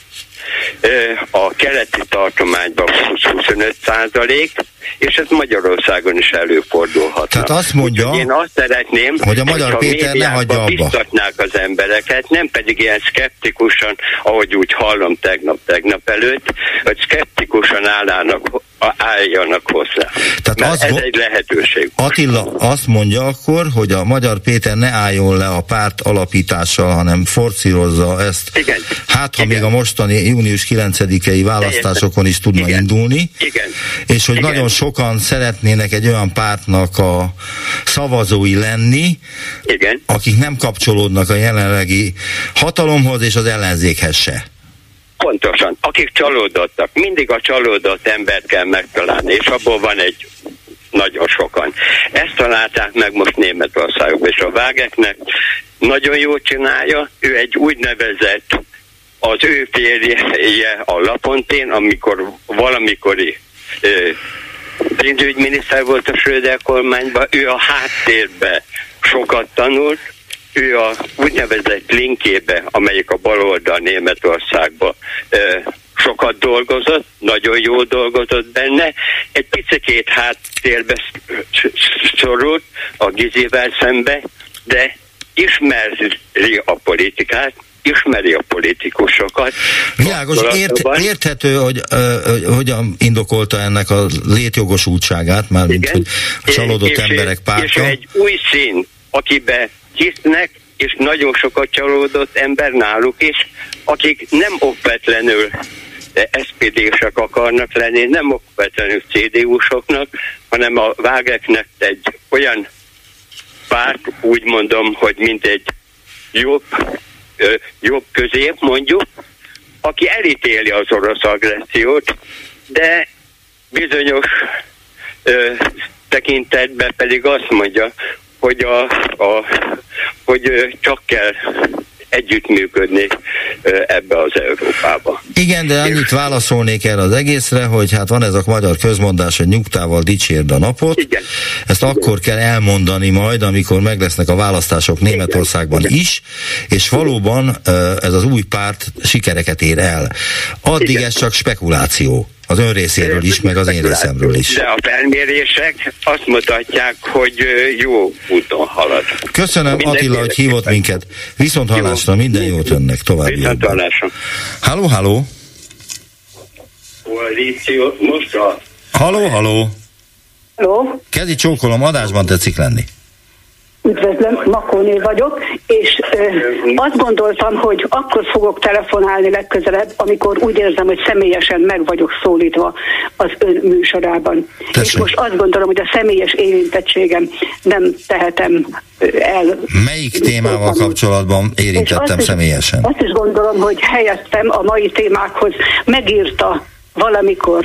Speaker 14: a keleti tartományban 20-25%, és ez Magyarországon is előfordulhat.
Speaker 1: Tehát azt mondja,
Speaker 14: én azt szeretném,
Speaker 1: hogy a Magyar Péter ne hagyja abba.
Speaker 14: Biztatnák az embereket, nem pedig ilyen szkeptikusan, ahogy úgy hallom tegnap előtt, hogy szkeptikusan álljanak hozzá. Tehát ez egy lehetőség.
Speaker 1: Attila azt mondja akkor, hogy a Magyar Péter ne álljon le a párt alapítással, hanem forszírozza ezt.
Speaker 14: Igen.
Speaker 1: Hát, ha még a mostani június 9-i választásokon is tudna indulni.
Speaker 14: Igen.
Speaker 1: És hogy nagyon sokan szeretnének egy olyan pártnak a szavazói lenni,
Speaker 14: igen,
Speaker 1: akik nem kapcsolódnak a jelenlegi hatalomhoz és az ellenzékhez se.
Speaker 14: Pontosan, akik csalódottak. Mindig a csalódott embert kell megtalálni, és abból van egy nagyon sokan. Ezt találták meg most Németországban, és a Wagenknecht nagyon jól csinálja, ő egy úgynevezett, az ő férje a Lapontén, amikor valamikori pénzügyminiszter volt a Schröder kormányban, ő a háttérbe sokat tanult, ő a úgynevezett linkébe, amelyik a baloldal Németországban sokat dolgozott, nagyon jól dolgozott benne, egy picikét háttérbe szorult a Gizivel szembe, de ismeri a politikát, ismeri a politikusokat.
Speaker 1: Világos, érthető, hogy hogyan indokolta ennek a létjogosultságát, mármint, hogy a csalódott emberek pártja.
Speaker 14: És egy új szín, akiben hisznek, és nagyon sokat csalódott ember náluk is, akik nem okvetlenül SPD-sek akarnak lenni, nem okvetlenül CDU-soknak, hanem a Wagenknecht egy olyan párt, úgy mondom, hogy mint egy jobb közép mondjuk, aki elítéli az orosz agressziót, de bizonyos tekintetben pedig azt mondja, hogy hogy csak kell együttműködni ebbe az Európába.
Speaker 1: Igen, de annyit válaszolnék erre az egészre, hogy hát van ez a magyar közmondás, hogy nyugtával dicsérd a napot.
Speaker 14: Igen.
Speaker 1: Ezt akkor kell elmondani majd, amikor meg lesznek a választások Németországban is, és valóban ez az új párt sikereket ér el. Addig ez csak spekuláció. Az ön részéről is, meg az én részemről is.
Speaker 14: De a felmérések azt mutatják, hogy jó úton halad.
Speaker 1: Köszönöm, Attila, hogy hívott minket. Viszont hallásra, minden jót önnek további.
Speaker 14: Viszont hallásra.
Speaker 1: Halló, halló.
Speaker 14: Koalíció, most a...
Speaker 1: Halló, halló.
Speaker 10: Halló.
Speaker 1: Kezi csókolom, adásban tetszik lenni.
Speaker 10: Üdvözlöm, Makóné vagyok, és azt gondoltam, hogy akkor fogok telefonálni legközelebb, amikor úgy érzem, hogy személyesen meg vagyok szólítva az ön műsorában. Tessék. És most azt gondolom, hogy a személyes érintettségem nem tehetem el.
Speaker 1: Melyik témával kapcsolatban érintettem személyesen?
Speaker 10: Azt is gondolom, hogy helyeztem a mai témákhoz, megírta valamikor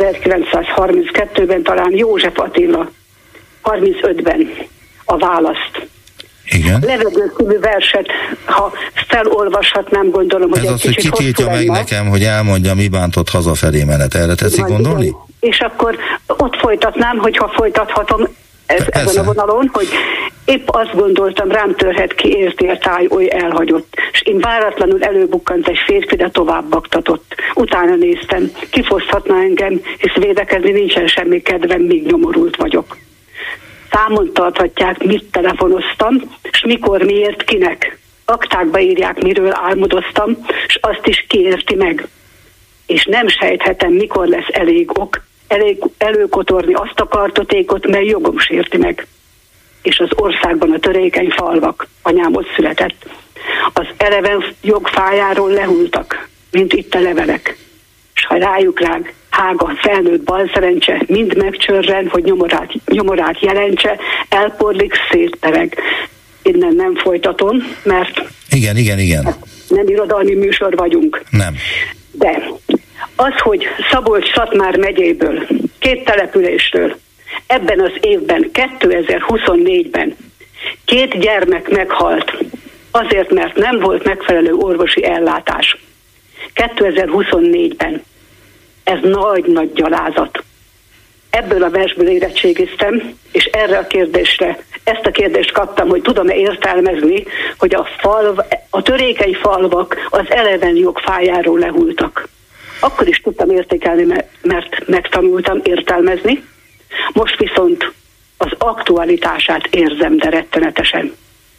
Speaker 10: 1932-ben talán József Attila, 35-ben a választ.
Speaker 1: Igen.
Speaker 10: Levegő című verset, ha felolvashatnám, gondolom, hogy
Speaker 1: ez az, hogy kitiltja meg nekem, hogy elmondja, mi bántott hazafelé menet. Erre tetszik gondolni?
Speaker 10: Igen. És akkor ott folytatnám, hogyha folytathatom ezen a vonalon, hogy épp azt gondoltam, rám törhet ki, értél táj, oly elhagyott. És én váratlanul előbukkant egy férfi, de tovább baktatott. Utána néztem, kifoszthatna engem, hisz védekezni nincsen semmi kedvem, míg nyomorult vagyok. Számon tarthatják, mit telefonoztam, és mikor, miért, kinek. Aktákba írják, miről álmodoztam, és azt is kiérti meg. És nem sejthetem, mikor lesz elég ok, előkotorni azt a kartotékot, mely jogom sérti meg. És az országban a törékeny falvak, anyám ott született. Az eleven jogfájáról lehultak, mint itt a levelek. És ha rájuk rág, hága, felnőtt balszerencse, mind megcsörren, hogy nyomorát jelentse, elporlik, szétpereg. Innen nem folytatom, mert
Speaker 1: igen.
Speaker 10: Nem irodalmi műsor vagyunk.
Speaker 1: Nem.
Speaker 10: De az, hogy Szabolcs-Szatmár megyéből, 2 településről ebben az évben, 2024-ben 2 gyermek meghalt azért, mert nem volt megfelelő orvosi ellátás. 2024-ben. Ez nagy-nagy gyalázat. Ebből a versből érettségiztem, és erre a kérdésre, ezt a kérdést kaptam, hogy tudom-e értelmezni, hogy a törékeny falvak az eleven jogfájáról lehultak. Akkor is tudtam értékelni, mert megtanultam értelmezni. Most viszont az aktualitását érzem, de rettenetesen.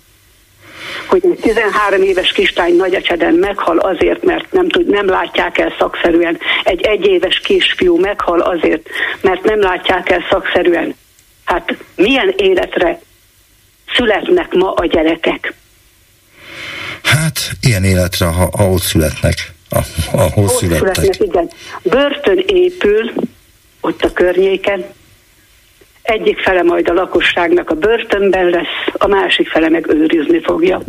Speaker 10: Hogy egy 13 éves kislány Nagyecseden meghal azért, mert nem látják el szakszerűen. Egy 1 éves kisfiú meghal azért, mert nem látják el szakszerűen. Hát milyen életre születnek ma a gyerekek?
Speaker 1: Hát ilyen életre, ha ott születnek. Ahol születtek.
Speaker 10: Igen. Börtön épül ott a környéken. Egyik fele majd a lakosságnak a börtönben lesz, a másik fele meg őrizni fogja.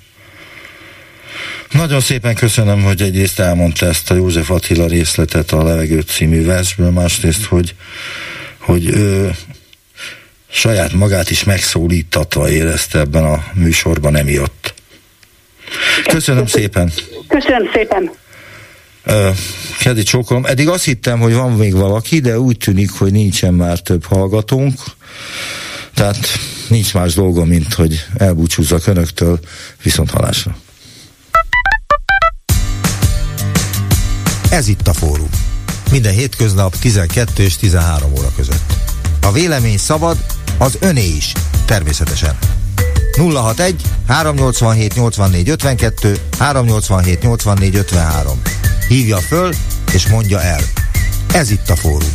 Speaker 1: Nagyon szépen köszönöm, hogy egyrészt elmondta ezt a József Attila részletet a Levegő című versből, másrészt, hogy ő saját magát is megszólítatva érezte ebben a műsorban emiatt. Köszönöm szépen.
Speaker 10: Köszönöm szépen.
Speaker 1: Kedi csókolom. Eddig azt hittem, hogy van még valaki, de úgy tűnik, hogy nincsen már több hallgatónk. Tehát nincs más dolgom, mint hogy elbúcsúzzak önöktől, viszont hallásra. Ez itt a Fórum. Minden hétköznap 12 és 13 óra között. A vélemény szabad, az öné is, természetesen. 061 387 84 52 387 84 53. Hívja föl és mondja el. Ez itt a Fórum.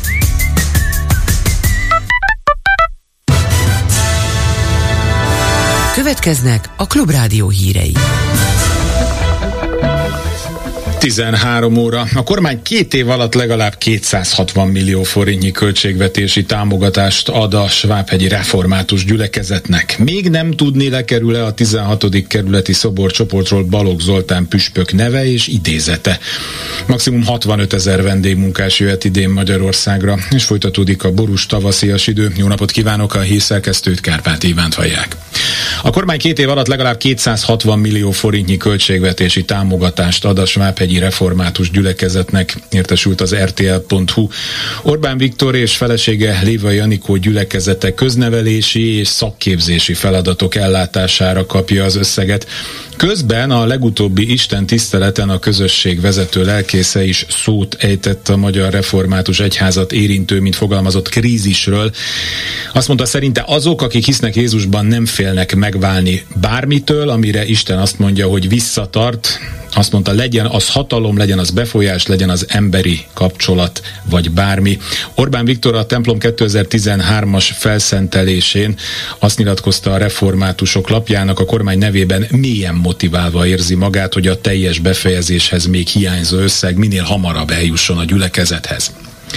Speaker 15: Következnek a Klubrádió hírei.
Speaker 2: 13 óra. A kormány 2 év alatt legalább 260 millió forintnyi költségvetési támogatást ad a svábhegyi református gyülekezetnek. Még nem tudni, lekerül-e a 16. kerületi szoborcsoportról Balogh Zoltán püspök neve és idézete. Maximum 65 000 vendégmunkás jöhet idén Magyarországra, és folytatódik a borús tavaszias idő. Jó napot kívánok, a hírszerkesztőt, Kárpáti Ivánt hallják. A kormány 2 év alatt legalább 260 millió forintnyi költségvetési támogatást ad a svábhegyi református gyülekezetnek, értesült az RTL.hu. Orbán Viktor és felesége Lévai Anikó gyülekezete köznevelési és szakképzési feladatok ellátására kapja az összeget. Közben a legutóbbi Isten tiszteleten a közösség vezető lelkésze is szót ejtett a Magyar Református Egyházat érintő, mint fogalmazott, krízisről. Azt mondta, szerinte azok, akik hisznek Jézusban, nem félnek megválni bármitől, amire Isten azt mondja, hogy visszatart. Azt mondta, legyen az hatalom, legyen az befolyás, legyen az emberi kapcsolat, vagy bármi. Orbán Viktor a templom 2013-as felszentelésén azt nyilatkozta a reformátusok lapjának, a kormány nevében mélyen motiválva érzi magát, hogy a teljes befejezéshez még hiányzó összeg minél hamarabb eljusson a gyülekezethez.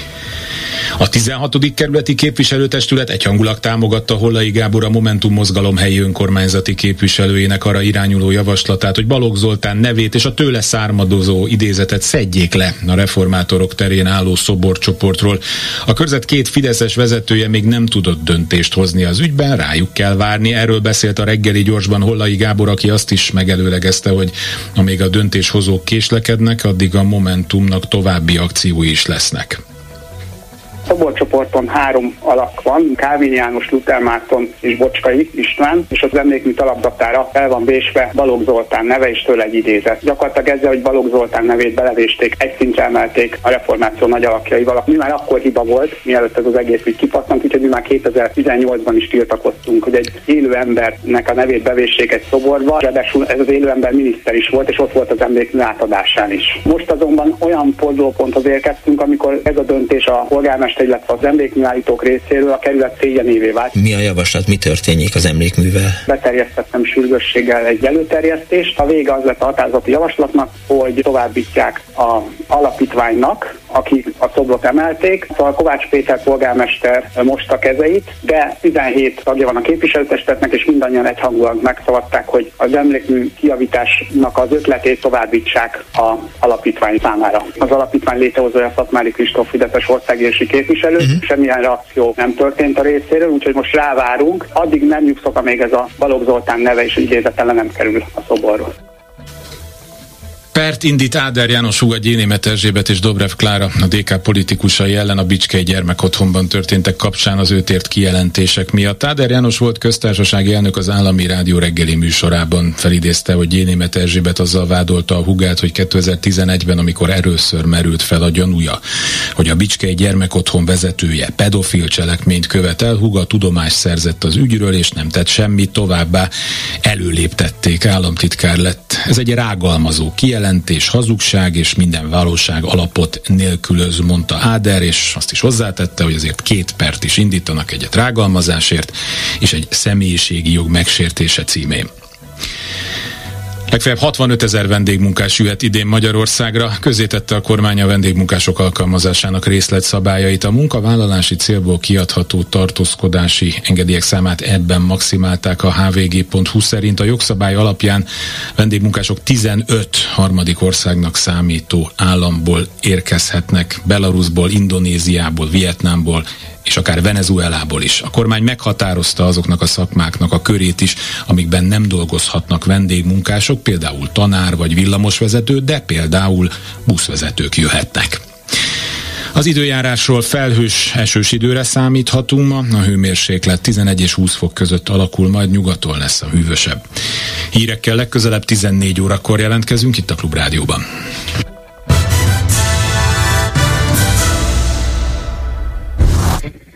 Speaker 2: A 16. kerületi képviselőtestület egyhangulag támogatta Hollai Gábor, a Momentum mozgalom helyi önkormányzati képviselőjének arra irányuló javaslatát, hogy Balogh Zoltán nevét és a tőle származó idézetet szedjék le a reformátorok terén álló szoborcsoportról. A körzet 2 fideszes vezetője még nem tudott döntést hozni az ügyben, rájuk kell várni. Erről beszélt a reggeli gyorsban Hollai Gábor, aki azt is megelőlegezte, hogy amíg a döntéshozók késlekednek, addig a Momentumnak további akciói is lesznek.
Speaker 6: Szoborcsoporton 3 alak van, Kávin János, Luther Márton és Bocskai István, és az emlékmű alapdatára fel van vésve Balogh Zoltán neve és tőle egy idézet. Gyakorlatilag ezzel, hogy Balogh Zoltán nevét belevésték, egy szintre emelték a reformáció nagy alakjaival. Mi már akkor hiba volt, mielőtt ez az egész ügy kipattant, úgyhogy mi már 2018-ban is tiltakoztunk, hogy egy élő embernek a nevét bevéssék egy szoborba, ráadásul ez az élő ember miniszter is volt, és ott volt az emlékmű átadásán is. Most azonban olyan fordulóponthoz érkeztünk, amikor ez a döntés a polgármester, illetve az emlékműállítók részéről a kerület szégyenévé vált.
Speaker 7: Mi a javaslat, mi történik az emlékművel?
Speaker 6: Beterjesztettem sürgősséggel egy előterjesztést. A vége az lett a határozati javaslatnak, hogy továbbítják az alapítványnak, akik a szobrot emelték. Szóval Kovács Péter polgármester mosta kezeit, de 17 tagja van a képviselőtestületnek, és mindannyian egyhangulag megszavazták, hogy az emlékmű kijavításnak az ötletét továbbítsák az alapítvány számára. Az alapítvány létrehozója Szatmári Kristóf fideszes országgyűlési képviselő, semmilyen reakció nem történt a részéről, úgyhogy most rávárunk. Addig nem nyugszok, amíg ez a Balogh Zoltán neve és idézete le nem kerül a szoborról.
Speaker 2: Pert indít Áder János húga, Gyénémet Erzsébet és Dobrev Klára, a DK politikusai ellen a Bicskei gyermekotthonban történtek kapcsán az őt ért kijelentések miatt. Áder János volt köztársasági elnök az Állami Rádió reggeli műsorában felidézte, hogy Gyénémet Erzsébet azzal vádolta a húgát, hogy 2011-ben, amikor először merült fel a gyanúja, hogy a Bicskei gyermekotthon vezetője pedofil cselekményt követel, húga tudomást szerzett az ügyről és nem tett semmit, továbbá előléptették, államtitkár lett. Ez egy rágalmazó kijelentés, hazugság és minden valóság alapot nélkülöz, mondta Áder, és azt is hozzátette, hogy azért 2 pert is indítanak egyet rágalmazásért és egy személyiségi jog megsértése címén. Legfeljebb 65 000 vendégmunkás jöhet idén Magyarországra. Közzétette a kormány a vendégmunkások alkalmazásának részletszabályait. A munkavállalási célból kiadható tartózkodási engedélyek számát ebben maximálták. A hvg.hu szerint a jogszabály alapján vendégmunkások 15 harmadik országnak számító államból érkezhetnek, Belarusból, Indonéziából, Vietnámból és akár Venezuelából is. A kormány meghatározta azoknak a szakmáknak a körét is, amikben nem dolgozhatnak vendégmunkások, például tanár vagy villamosvezető, de például buszvezetők jöhetnek. Az időjárásról: felhős, esős időre számíthatunk ma, a hőmérséklet 11 és 20 fok között alakul, majd nyugaton lesz a hűvösebb. Hírekkel legközelebb 14 órakor jelentkezünk itt a Klubrádióban.